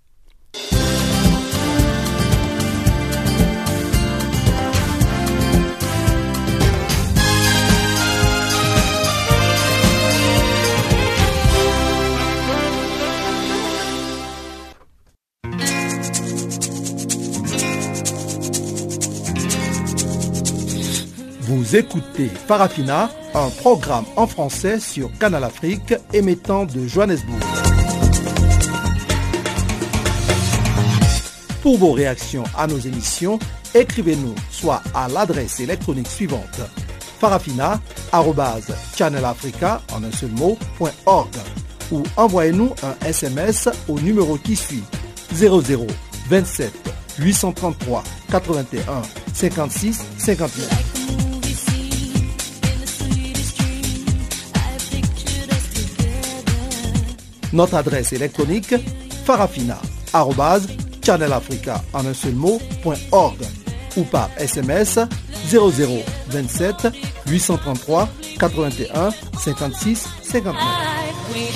Speaker 5: Vous écoutez Farafina, un programme en français sur Canal Afrique émettant de Johannesburg. Pour vos réactions à nos émissions, écrivez-nous soit à l'adresse électronique suivante farafina arobase channelafrica en un seul mot point org ou envoyez-nous un S M S au numéro qui suit zéro zéro vingt-sept huit cent trente-trois quatre-vingt-un cinquante-six cinquante-neuf. Notre adresse électronique farafina arobase channelafrica en un seul mot point org ou par S M S zéro zéro vingt-sept huit cent trente-trois quatre-vingt-un cinquante-six cinquante-neuf.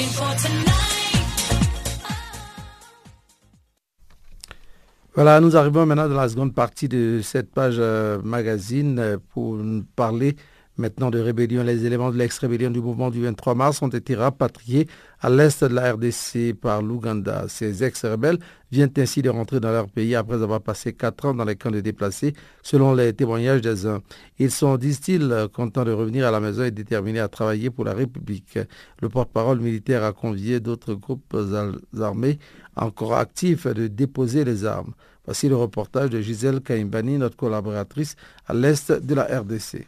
Speaker 2: Voilà, nous arrivons maintenant dans la seconde partie de cette page euh, magazine euh, pour nous parler maintenant de rébellion. Les éléments de l'ex-rébellion du mouvement du vingt-trois mars ont été rapatriés à l'est de la R D C par l'Ouganda. Ces ex-rebelles viennent ainsi de rentrer dans leur pays après avoir passé quatre ans dans les camps de déplacés, selon les témoignages des uns. Ils sont, disent-ils, contents de revenir à la maison et déterminés à travailler pour la République. Le porte-parole militaire a convié d'autres groupes armés encore actifs de déposer les armes. Voici le reportage de Gisèle Kaimbani, notre collaboratrice à l'est de la R D C.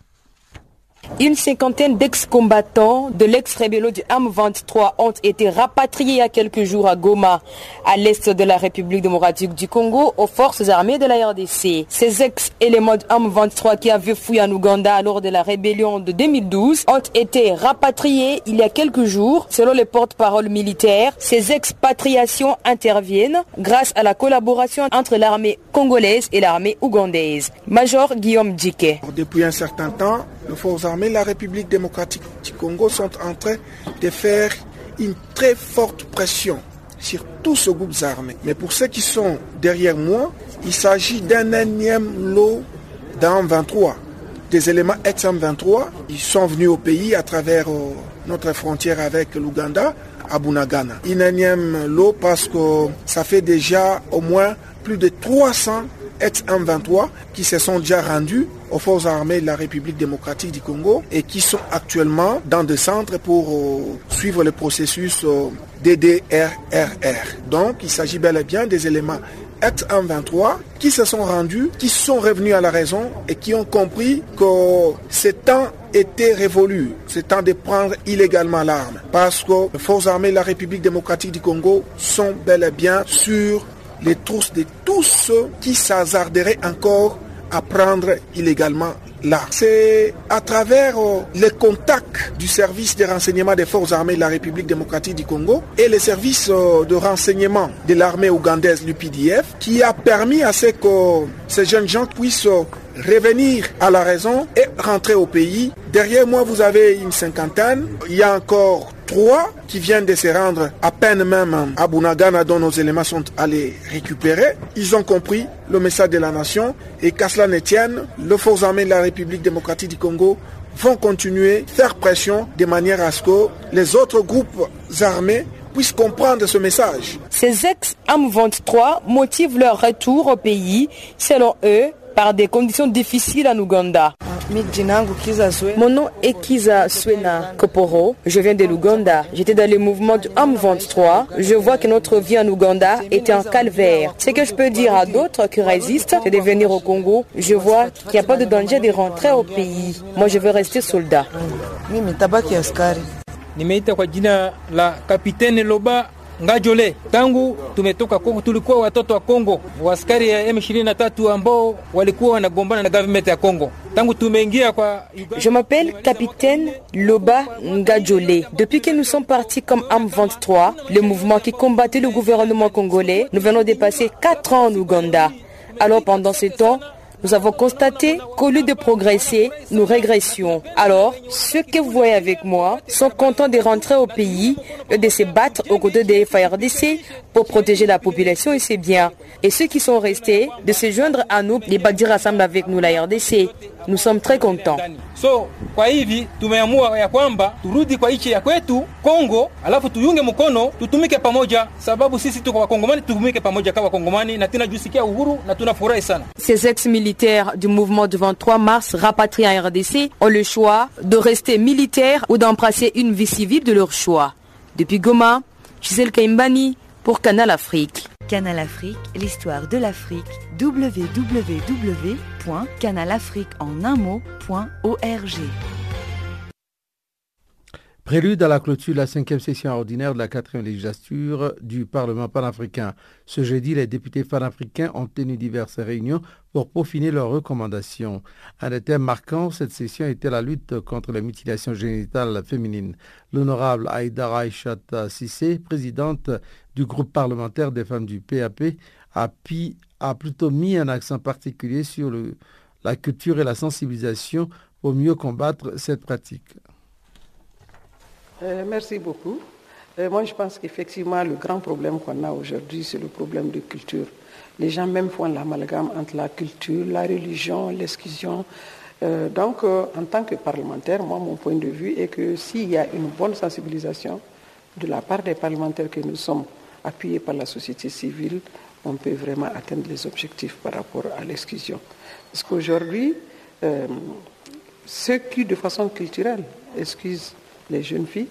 Speaker 15: Une cinquantaine d'ex-combattants de l'ex-rébellion du M vingt-trois ont été rapatriés il y a quelques jours à Goma, à l'est de la République démocratique du Congo, aux forces armées de la R D C. Ces ex-éléments du M vingt-trois qui avaient fui en Ouganda lors de la rébellion de deux mille douze ont été rapatriés il y a quelques jours. Selon les porte-parole militaires, ces expatriations interviennent grâce à la collaboration entre l'armée congolaise et l'armée ougandaise. Major Guillaume Djike.
Speaker 16: Depuis un certain temps, les forces armées de la République démocratique du Congo sont en train de faire une très forte pression sur tous ces groupes armés. Mais pour ceux qui sont derrière moi, il s'agit d'un énième lot d'M vingt-trois. Des éléments ex-M vingt-trois, ils sont venus au pays à travers euh, notre frontière avec l'Ouganda, à Bunagana. Un énième lot parce que ça fait déjà au moins plus de trois cents ex-M vingt-trois qui se sont déjà rendus aux forces armées de la République démocratique du Congo et qui sont actuellement dans des centres pour euh, suivre le processus euh, D D R R R. Donc il s'agit bel et bien des éléments ex-M vingt-trois qui se sont rendus, qui sont revenus à la raison et qui ont compris que ce temps était révolu. C'est temps de prendre illégalement l'arme parce que les forces armées de la République démocratique du Congo sont bel et bien sur les trousses de tous ceux qui s'hasarderaient encore à prendre illégalement l'arme. C'est à travers euh, les contacts du service de renseignement des forces armées de la République démocratique du Congo et les services euh, de renseignement de l'armée ougandaise, l'U P D F, qui a permis à ce que ces jeunes gens puissent euh, revenir à la raison et rentrer au pays. Derrière moi, vous avez une cinquantaine. Il y a encore trois qui viennent de se rendre à peine même à Bunagana, dont nos éléments sont allés récupérer. Ils ont compris le message de la nation et qu'à cela ne tienne, les forces armées de la République démocratique du Congo vont continuer à faire pression de manière à ce que les autres groupes armés puissent comprendre ce message.
Speaker 15: Ces ex-M vingt-trois motivent leur retour au pays, selon eux, par des conditions difficiles en Ouganda. Mon nom est Kiza Swena Koporo. Je viens de l'Ouganda. J'étais dans le mouvement du M vingt-trois. Je vois que notre vie en Ouganda était un calvaire. Ce que je peux dire à d'autres qui résistent, c'est de venir au Congo. Je vois qu'il n'y a pas de danger de rentrer au pays. Moi, je veux rester soldat.
Speaker 17: Nimeita kwa jina la Kapiteni Loba Ngajole. Tangu tumetoka Kongo, tulikuwa watoto wa Kongo, waskari ya M ishirini na tatu ambao walikuwa wanagombana na government ya Kongo. Tangu tumeingia kwa
Speaker 15: Je m'appelle Capitaine Loba Ngajole. Depuis que nous sommes partis comme M vingt-trois, le mouvement qui combattait le gouvernement congolais, nous venons de passer quatre ans en Ouganda. Alors pendant ce temps, nous avons constaté qu'au lieu de progresser, nous régressions. Alors, ceux que vous voyez avec moi sont contents de rentrer au pays et de se battre aux côtés des F A R D C pour protéger la population et ses biens. Et ceux qui sont restés, de se joindre à nous, de bâtir ensemble avec nous la R D C. Nous sommes très contents.
Speaker 17: So, kwa hivi tumeamua ya kwamba turudi kwa nchi ya kwetu Kongo, alafu tuyunge mkono, tutumike pamoja, sababu sisi tuko wakongomani, tutumike pamoja kama wakongomani na tunajisikia uhuru na tunafurahi sana.
Speaker 15: Ces ex-militaires du mouvement du vingt-trois mars rapatriés en R D C ont le choix de rester militaires ou d'embrasser une vie civile de leur choix. Depuis Goma, Gisèle Kaimbani pour Canal Afrique.
Speaker 18: Canal Afrique, l'histoire de l'Afrique, w w w point canal afrique en un mot point org.
Speaker 2: Prélude à la clôture de la cinquième session ordinaire de la quatrième législature du Parlement panafricain. Ce jeudi, les députés panafricains ont tenu diverses réunions pour peaufiner leurs recommandations. Un des thèmes marquants de cette session était la lutte contre les mutilations génitales féminines. L'honorable Aïdara Aïchata Sissé, présidente du groupe parlementaire des femmes du P A P, a, pi, a plutôt mis un accent particulier sur le, la culture et la sensibilisation pour mieux combattre cette pratique.
Speaker 19: Euh, merci beaucoup. Euh, moi, je pense qu'effectivement, le grand problème qu'on a aujourd'hui, c'est le problème de culture. Les gens même font l'amalgame entre la culture, la religion, l'exclusion. Euh, donc, euh, en tant que parlementaire, moi, mon point de vue est que s'il y a une bonne sensibilisation de la part des parlementaires que nous sommes, appuyés par la société civile, on peut vraiment atteindre les objectifs par rapport à l'exclusion. Parce qu'aujourd'hui, euh, ceux qui, de façon culturelle, excusent les jeunes filles,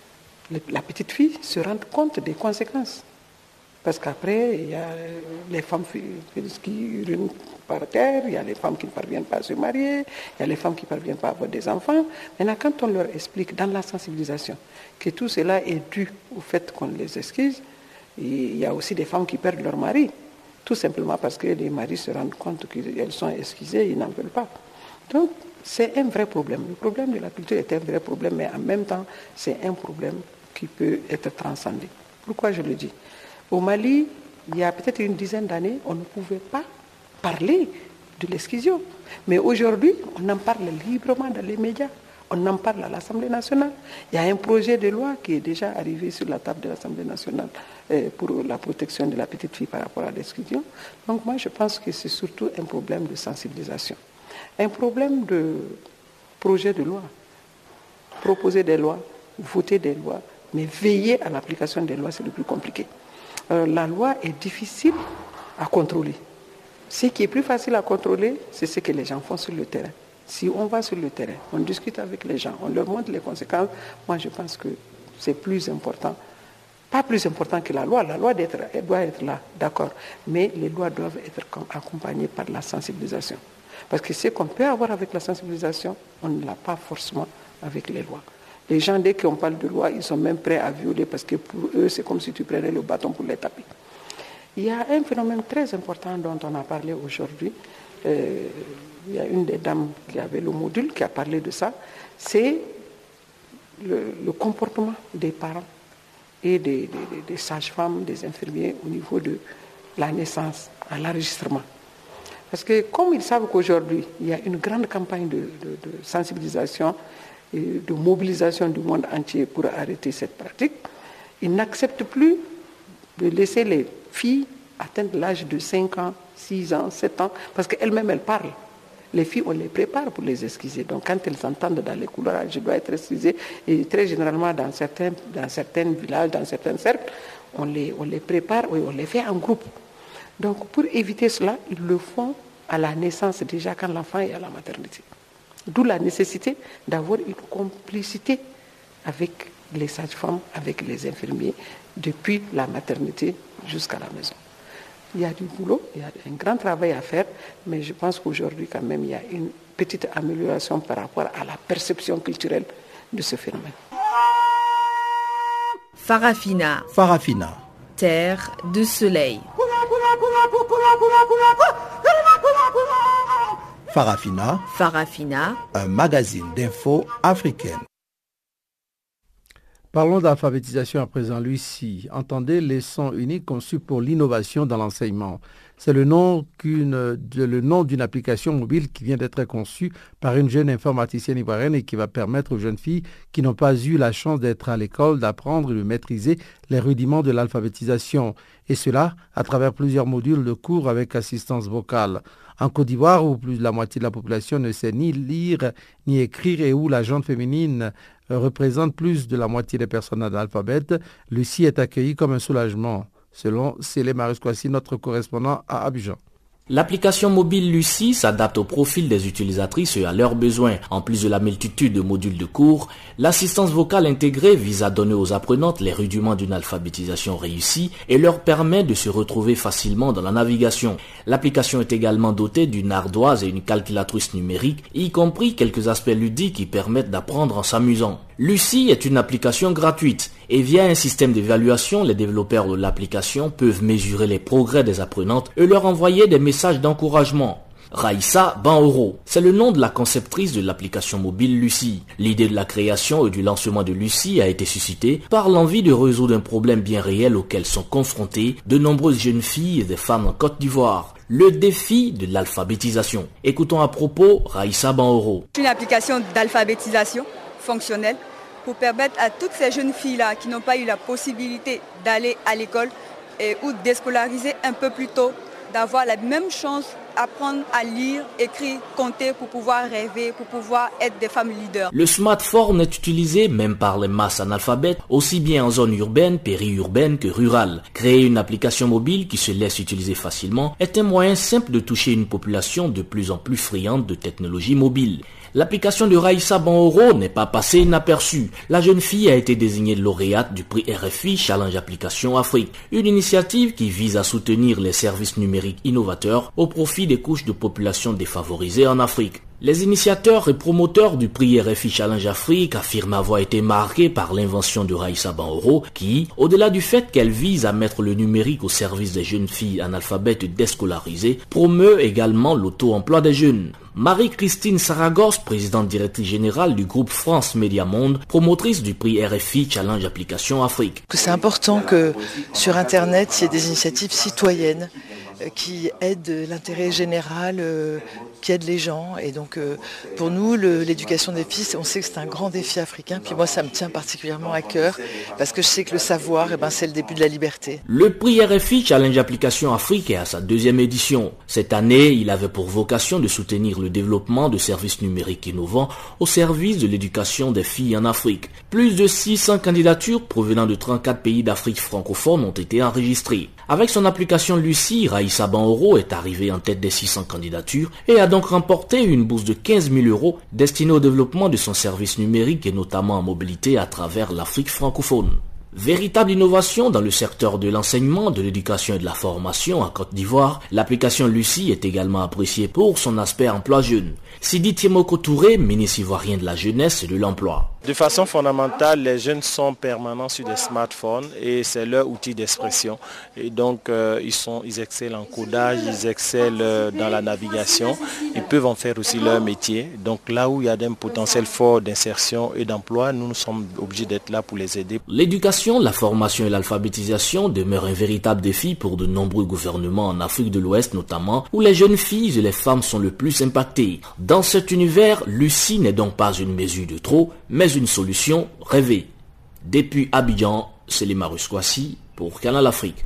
Speaker 19: la petite fille se rendent compte des conséquences. Parce qu'après, il y a les femmes qui urinent par terre, il y a les femmes qui ne parviennent pas à se marier, il y a les femmes qui ne parviennent pas à avoir des enfants. Maintenant, quand on leur explique dans la sensibilisation que tout cela est dû au fait qu'on les excuse, il y a aussi des femmes qui perdent leur mari, tout simplement parce que les maris se rendent compte qu'elles sont excusées, ils n'en veulent pas. Donc, c'est un vrai problème. Le problème de la culture est un vrai problème, mais en même temps, c'est un problème qui peut être transcendé. Pourquoi je le dis ? Au Mali, il y a peut-être une dizaine d'années, on ne pouvait pas parler de l'exclusion. Mais aujourd'hui, on en parle librement dans les médias. On en parle à l'Assemblée nationale. Il y a un projet de loi qui est déjà arrivé sur la table de l'Assemblée nationale pour la protection de la petite fille par rapport à l'exclusion. Donc moi, je pense que c'est surtout un problème de sensibilisation. Un problème de projet de loi. Proposer des lois, voter des lois, mais veiller à l'application des lois, c'est le plus compliqué. Euh, la loi est difficile à contrôler. Ce qui est plus facile à contrôler, c'est ce que les gens font sur le terrain. Si on va sur le terrain, on discute avec les gens, on leur montre les conséquences, moi je pense que c'est plus important. Pas plus important que la loi, la loi d'être, elle doit être là, d'accord, mais les lois doivent être accompagnées par la sensibilisation. Parce que ce qu'on peut avoir avec la sensibilisation, on ne l'a pas forcément avec les lois. Les gens, dès qu'on parle de loi, ils sont même prêts à violer parce que pour eux, c'est comme si tu prenais le bâton pour les taper. Il y a un phénomène très important dont on a parlé aujourd'hui. Euh, il y a une des dames qui avait le module qui a parlé de ça. C'est le, le comportement des parents et des, des, des sages-femmes, des infirmiers au niveau de la naissance, à l'enregistrement. Parce que comme ils savent qu'aujourd'hui, il y a une grande campagne de, de, de sensibilisation et de mobilisation du monde entier pour arrêter cette pratique, ils n'acceptent plus de laisser les filles atteindre l'âge de cinq ans, six ans, sept ans, parce qu'elles-mêmes, elles parlent. Les filles, on les prépare pour les excuser. Donc quand elles entendent dans les couloirs, je dois être excusée, et très généralement dans certains, dans certains villages, dans certains cercles, on les, on les prépare, on les fait en groupe. Donc pour éviter cela, ils le font à la naissance déjà quand l'enfant est à la maternité. D'où la nécessité d'avoir une complicité avec les sages-femmes, avec les infirmiers, depuis la maternité jusqu'à la maison. Il y a du boulot, il y a un grand travail à faire, mais je pense qu'aujourd'hui, quand même, il y a une petite amélioration par rapport à la perception culturelle de ce phénomène.
Speaker 1: Farafina.
Speaker 5: Farafina.
Speaker 1: Terre de soleil.
Speaker 5: Farafina.
Speaker 1: Farafina.
Speaker 5: Un magazine d'infos africaine.
Speaker 2: Parlons d'alphabétisation à présent, Lucie. Entendez les sons uniques conçus pour l'innovation dans l'enseignement. C'est le nom, qu'une, de, le nom d'une application mobile qui vient d'être conçue par une jeune informaticienne ivoirienne et qui va permettre aux jeunes filles qui n'ont pas eu la chance d'être à l'école d'apprendre et de maîtriser les rudiments de l'alphabétisation. Et cela à travers plusieurs modules de cours avec assistance vocale. En Côte d'Ivoire, où plus de la moitié de la population ne sait ni lire ni écrire et où la gente féminine représente plus de la moitié des personnes analphabètes, Lucie est accueillie comme un soulagement, selon Célé Maruskwasi, notre correspondant à Abidjan.
Speaker 20: L'application mobile Lucie s'adapte au profil des utilisatrices et à leurs besoins. En plus de la multitude de modules de cours, l'assistance vocale intégrée vise à donner aux apprenantes les rudiments d'une alphabétisation réussie et leur permet de se retrouver facilement dans la navigation. L'application est également dotée d'une ardoise et une calculatrice numérique, y compris quelques aspects ludiques qui permettent d'apprendre en s'amusant. Lucie est une application gratuite et via un système d'évaluation, les développeurs de l'application peuvent mesurer les progrès des apprenantes et leur envoyer des messages d'encouragement. Raïssa Banoro, c'est le nom de la conceptrice de l'application mobile Lucie. L'idée de la création et du lancement de Lucie a été suscitée par l'envie de résoudre un problème bien réel auquel sont confrontées de nombreuses jeunes filles et des femmes en Côte d'Ivoire. Le défi de l'alphabétisation. Écoutons à propos Raïssa Banoro.
Speaker 21: C'est une application d'alphabétisation fonctionnelle pour permettre à toutes ces jeunes filles-là qui n'ont pas eu la possibilité d'aller à l'école et, ou déscolariser un peu plus tôt, d'avoir la même chance d'apprendre à lire, écrire, compter pour pouvoir rêver, pour pouvoir être des femmes leaders.
Speaker 20: Le smartphone est utilisé même par les masses analphabètes, aussi bien en zone urbaine, périurbaine que rurale. Créer une application mobile qui se laisse utiliser facilement est un moyen simple de toucher une population de plus en plus friande de technologies mobiles. L'application de Raïssa Banoro n'est pas passée inaperçue. La jeune fille a été désignée lauréate du prix R F I Challenge Application Afrique, une initiative qui vise à soutenir les services numériques innovateurs au profit des couches de population défavorisées en Afrique. Les initiateurs et promoteurs du prix R F I Challenge Afrique affirment avoir été marqués par l'invention de Raïssa Banoro qui, au-delà du fait qu'elle vise à mettre le numérique au service des jeunes filles analphabètes déscolarisées, promeut également l'auto-emploi des jeunes. Marie-Christine Saragos, présidente directrice générale du groupe France Média Monde, promotrice du prix R F I Challenge Application Afrique.
Speaker 22: C'est important que sur Internet, il y ait des initiatives citoyennes qui aident l'intérêt général, euh, qui aident les gens. Et donc euh, pour nous, le, l'éducation des filles, on sait que c'est un grand défi africain. Puis moi, ça me tient particulièrement à cœur parce que je sais que le savoir, eh ben, c'est le début de la liberté.
Speaker 20: Le prix R F I Challenge Application Afrique est à sa deuxième édition. Cette année, il avait pour vocation de soutenir le développement de services numériques innovants au service de l'éducation des filles en Afrique. Plus de six cents candidatures provenant de trente-quatre pays d'Afrique francophone ont été enregistrées. Avec son application Lucie, Raïssa Banoro est arrivée en tête des six cents candidatures et a donc remporté une bourse de quinze mille euros destinée au développement de son service numérique et notamment en mobilité à travers l'Afrique francophone. Véritable innovation dans le secteur de l'enseignement, de l'éducation et de la formation en Côte d'Ivoire, l'application Lucie est également appréciée pour son aspect emploi jeune. Sidi Tiemoko Touré, ministre ivoirien de la jeunesse et de l'emploi.
Speaker 23: De façon fondamentale, les jeunes sont permanents sur des smartphones et c'est leur outil d'expression. Et donc, euh, ils, sont, ils excellent en codage, ils excellent euh, dans la navigation. Ils peuvent en faire aussi leur métier. Donc là où il y a un potentiel fort d'insertion et d'emploi, nous, nous sommes obligés d'être là pour les aider.
Speaker 20: L'éducation, la formation et l'alphabétisation demeurent un véritable défi pour de nombreux gouvernements en Afrique de l'Ouest notamment, où les jeunes filles et les femmes sont le plus impactées. Dans cet univers, Lucie n'est donc pas une mesure de trop, mais une solution rêvée. Depuis Abidjan, c'est les Maruskwasi pour Canal Afrique.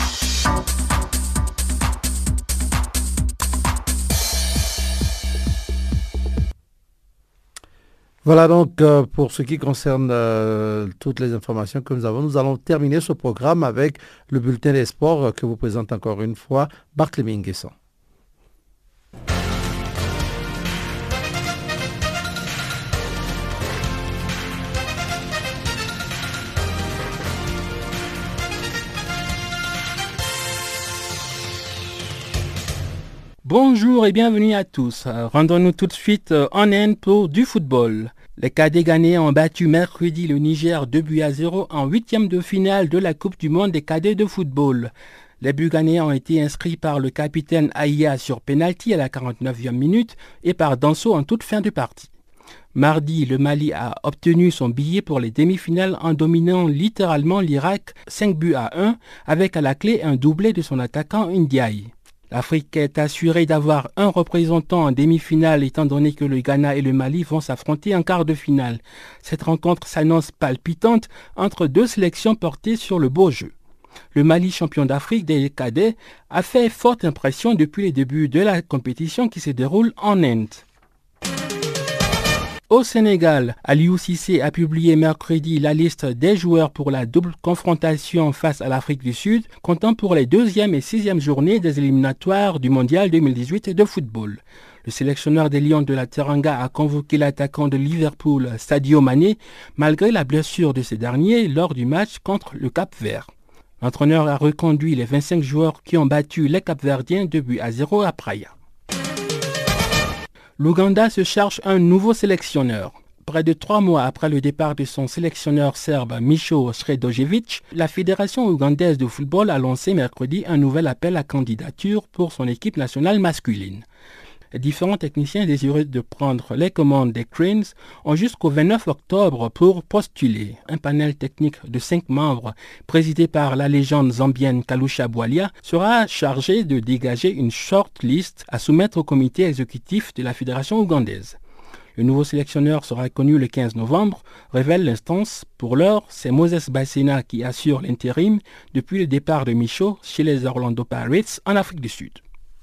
Speaker 2: Voilà donc euh, pour ce qui concerne euh, toutes les informations que nous avons. Nous allons terminer ce programme avec le bulletin des sports euh, que vous présente encore une fois Barthélémy Nguessan.
Speaker 14: Bonjour et bienvenue à tous. Rendons-nous tout de suite en Inde pour du football. Les cadets ghanéens ont battu mercredi le Niger deux buts à zéro en huitième de finale de la Coupe du monde des cadets de football. Les buts ghanéens ont été inscrits par le capitaine Aïa sur pénalty à la quarante-neuvième minute et par Danso en toute fin de partie. Mardi, le Mali a obtenu son billet pour les demi-finales en dominant littéralement l'Irak cinq buts à un avec à la clé un doublé de son attaquant Ndiaye. L'Afrique est assurée d'avoir un représentant en demi-finale étant donné que le Ghana et le Mali vont s'affronter en quart de finale. Cette rencontre s'annonce palpitante entre deux sélections portées sur le beau jeu. Le Mali, champion d'Afrique des cadets, a fait forte impression depuis les débuts de la compétition qui se déroule en Inde. Au Sénégal, Aliou Cissé a publié mercredi la liste des joueurs pour la double confrontation face à l'Afrique du Sud, comptant pour les deuxième et sixième journées des éliminatoires du Mondial deux mille dix-huit de football. Le sélectionneur des Lions de la Teranga a convoqué l'attaquant de Liverpool, Sadio Mané, malgré la blessure de ce dernier lors du match contre le Cap-Vert. L'entraîneur a reconduit les vingt-cinq joueurs qui ont battu les Cap-Verdiens deux buts à zéro à Praia. L'Ouganda se cherche un nouveau sélectionneur. Près de trois mois après le départ de son sélectionneur serbe Micho Sredojevic, la Fédération ougandaise de football a lancé mercredi un nouvel appel à candidature pour son équipe nationale masculine. Les différents techniciens désireux de prendre les commandes des Cranes ont jusqu'au vingt-neuf octobre pour postuler. Un panel technique de cinq membres, présidé par la légende zambienne Kalusha Bwalia, sera chargé de dégager une short list à soumettre au comité exécutif de la fédération ougandaise. Le nouveau sélectionneur sera connu le quinze novembre, révèle l'instance. Pour l'heure, c'est Moses Bassena qui assure l'intérim depuis le départ de Micho chez les Orlando Pirates en Afrique du Sud.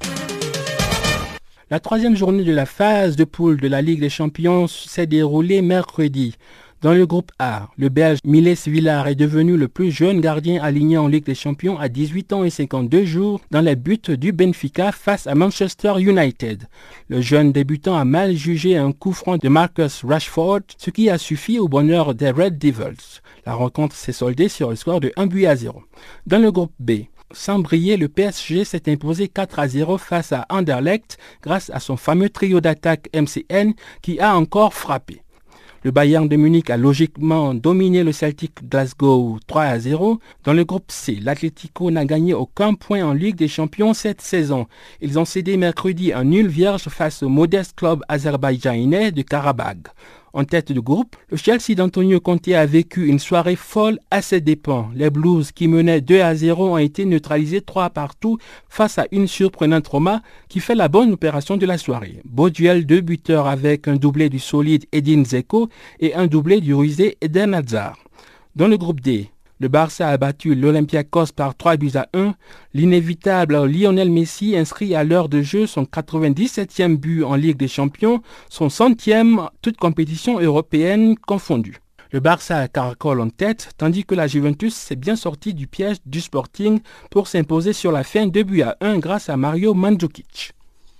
Speaker 14: La troisième journée de la phase de poule de la Ligue des Champions s'est déroulée mercredi. Dans le groupe A, le Belge Miles Villard est devenu le plus jeune gardien aligné en Ligue des Champions à dix-huit ans et cinquante-deux jours dans les buts du Benfica face à Manchester United. Le jeune débutant a mal jugé un coup franc de Marcus Rashford, ce qui a suffi au bonheur des Red Devils. La rencontre s'est soldée sur le score de un but à zéro. Dans le groupe B, sans briller, le P S G s'est imposé quatre à zéro face à Anderlecht grâce à son fameux trio d'attaque M C N qui a encore frappé. Le Bayern de Munich a logiquement dominé le Celtic Glasgow trois à zéro. Dans le groupe C, l'Atlético n'a gagné aucun point en Ligue des Champions cette saison. Ils ont cédé mercredi un nul vierge face au modeste club azerbaïdjanais de Karabagh. En tête de groupe, le Chelsea d'Antonio Conte a vécu une soirée folle à ses dépens. Les Blues, qui menaient deux à zéro, ont été neutralisés trois partout face à une surprenante Roma qui fait la bonne opération de la soirée. Beau duel, deux buteurs avec un doublé du solide Edin Dzeko et un doublé du rusé Eden Hazard. Dans le groupe D, le Barça a battu l'Olympiakos par trois buts à un. L'inévitable Lionel Messi inscrit à l'heure de jeu son quatre-vingt-dix-septième but en Ligue des Champions, son centième, toute compétition européenne confondue. Le Barça caracole en tête, tandis que la Juventus s'est bien sortie du piège du Sporting pour s'imposer sur la fin deux buts à un grâce à Mario Mandzukic.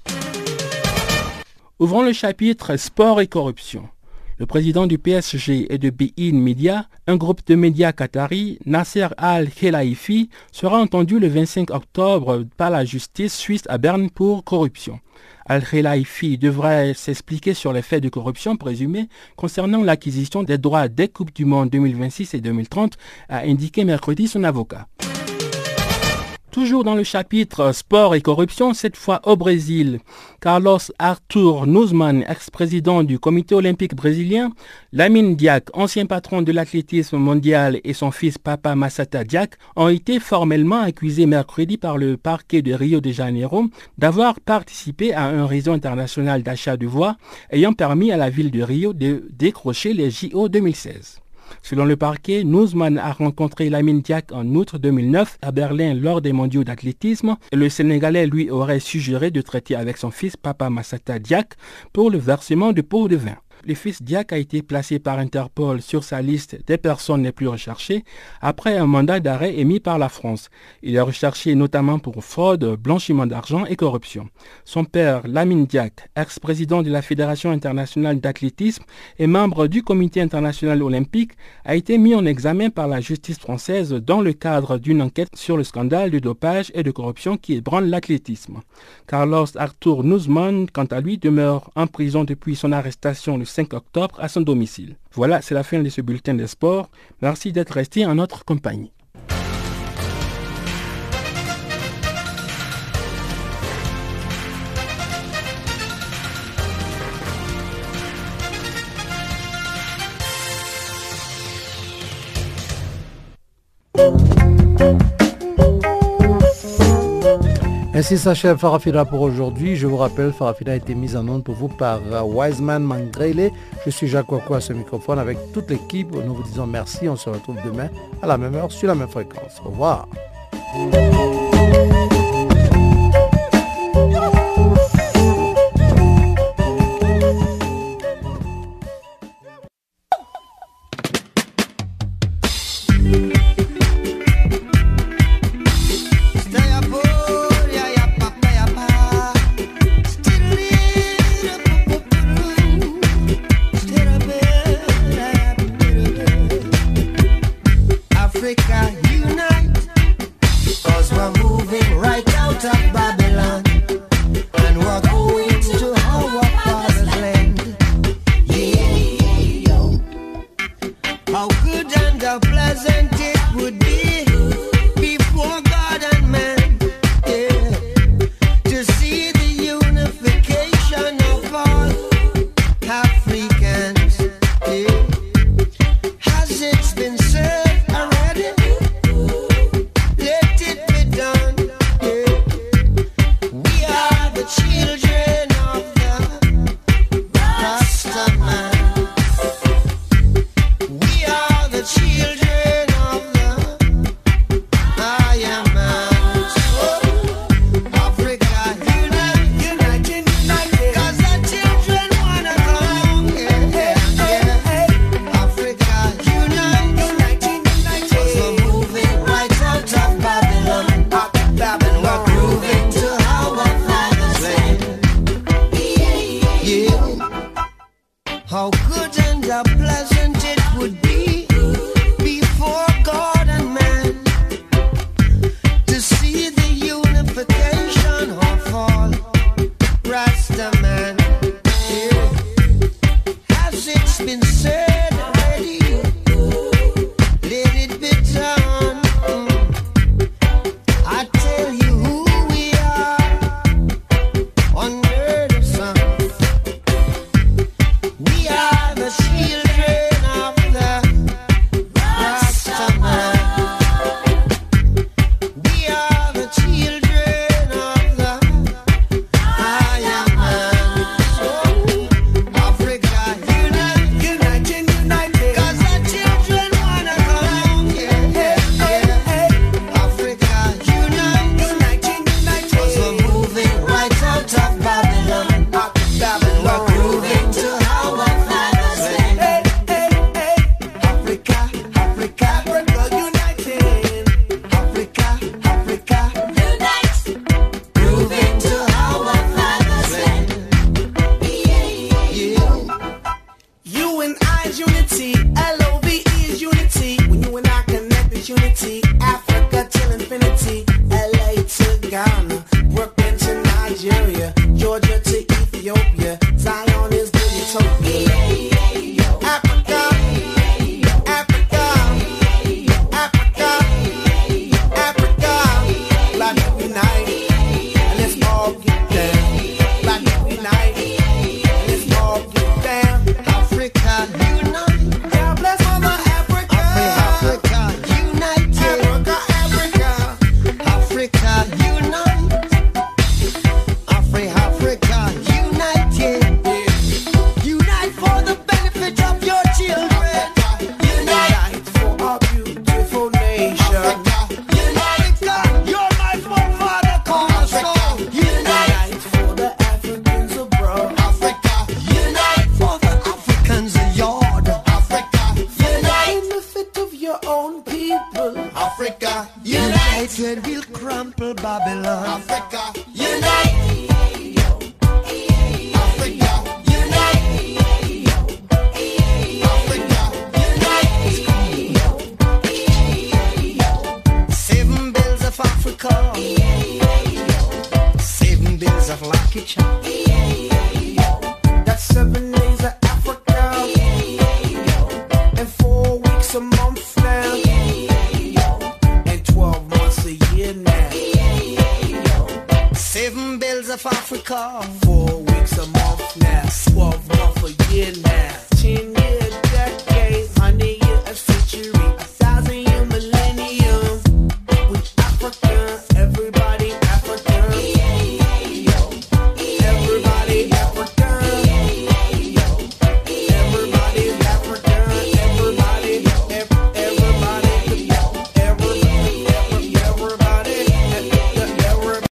Speaker 14: Ouvrons le chapitre Sport et corruption. Le président du P S G et de Bein Media, un groupe de médias qataris, Nasser Al-Khelaifi, sera entendu le vingt-cinq octobre par la justice suisse à Berne pour corruption. Al-Khelaifi devrait s'expliquer sur les faits de corruption présumés concernant l'acquisition des droits des Coupes du Monde deux mille vingt-six et deux mille trente, a indiqué mercredi son avocat. Toujours dans le chapitre sport et corruption, cette fois au Brésil, Carlos Arthur Nuzman, ex-président du comité olympique brésilien, Lamine Diack, ancien patron de l'athlétisme mondial, et son fils Papa Massata Diack ont été formellement accusés mercredi par le parquet de Rio de Janeiro d'avoir participé à un réseau international d'achat de voix ayant permis à la ville de Rio de décrocher les J O deux mille seize. Selon le parquet, Nuzman a rencontré Lamine Diack en août deux mille neuf à Berlin lors des mondiaux d'athlétisme et le Sénégalais lui aurait suggéré de traiter avec son fils Papa Massata Diack pour le versement de pots de vin. Le fils Diack a été placé par Interpol sur sa liste des personnes les plus recherchées après un mandat d'arrêt émis par la France. Il est recherché notamment pour fraude, blanchiment d'argent et corruption. Son père, Lamine Diack, ex-président de la Fédération internationale d'athlétisme et membre du Comité international olympique, a été mis en examen par la justice française dans le cadre d'une enquête sur le scandale de dopage et de corruption qui ébranle l'athlétisme. Carlos Artur Nuzman, quant à lui, demeure en prison depuis son arrestation le cinq octobre à son domicile. Voilà, c'est la fin de ce bulletin des sports. Merci d'être resté en notre compagnie.
Speaker 2: Ainsi s'achève Farafina pour aujourd'hui. Je vous rappelle, Farafina a été mise en onde pour vous par Wiseman Mangrele. Je suis Jacques Ouakou à ce microphone avec toute l'équipe. Nous vous disons merci. On se retrouve demain à la même heure sur la même fréquence. Au revoir.
Speaker 3: Unite Africa, unite. Africa, unite. Africa, unite. Seven bills of Africa. Seven bills of Lucky Charm. That's seven days of Africa. And four weeks a month now. And twelve months a year now. Seven bills of Africa. Four weeks a month now. Twelve months a year now.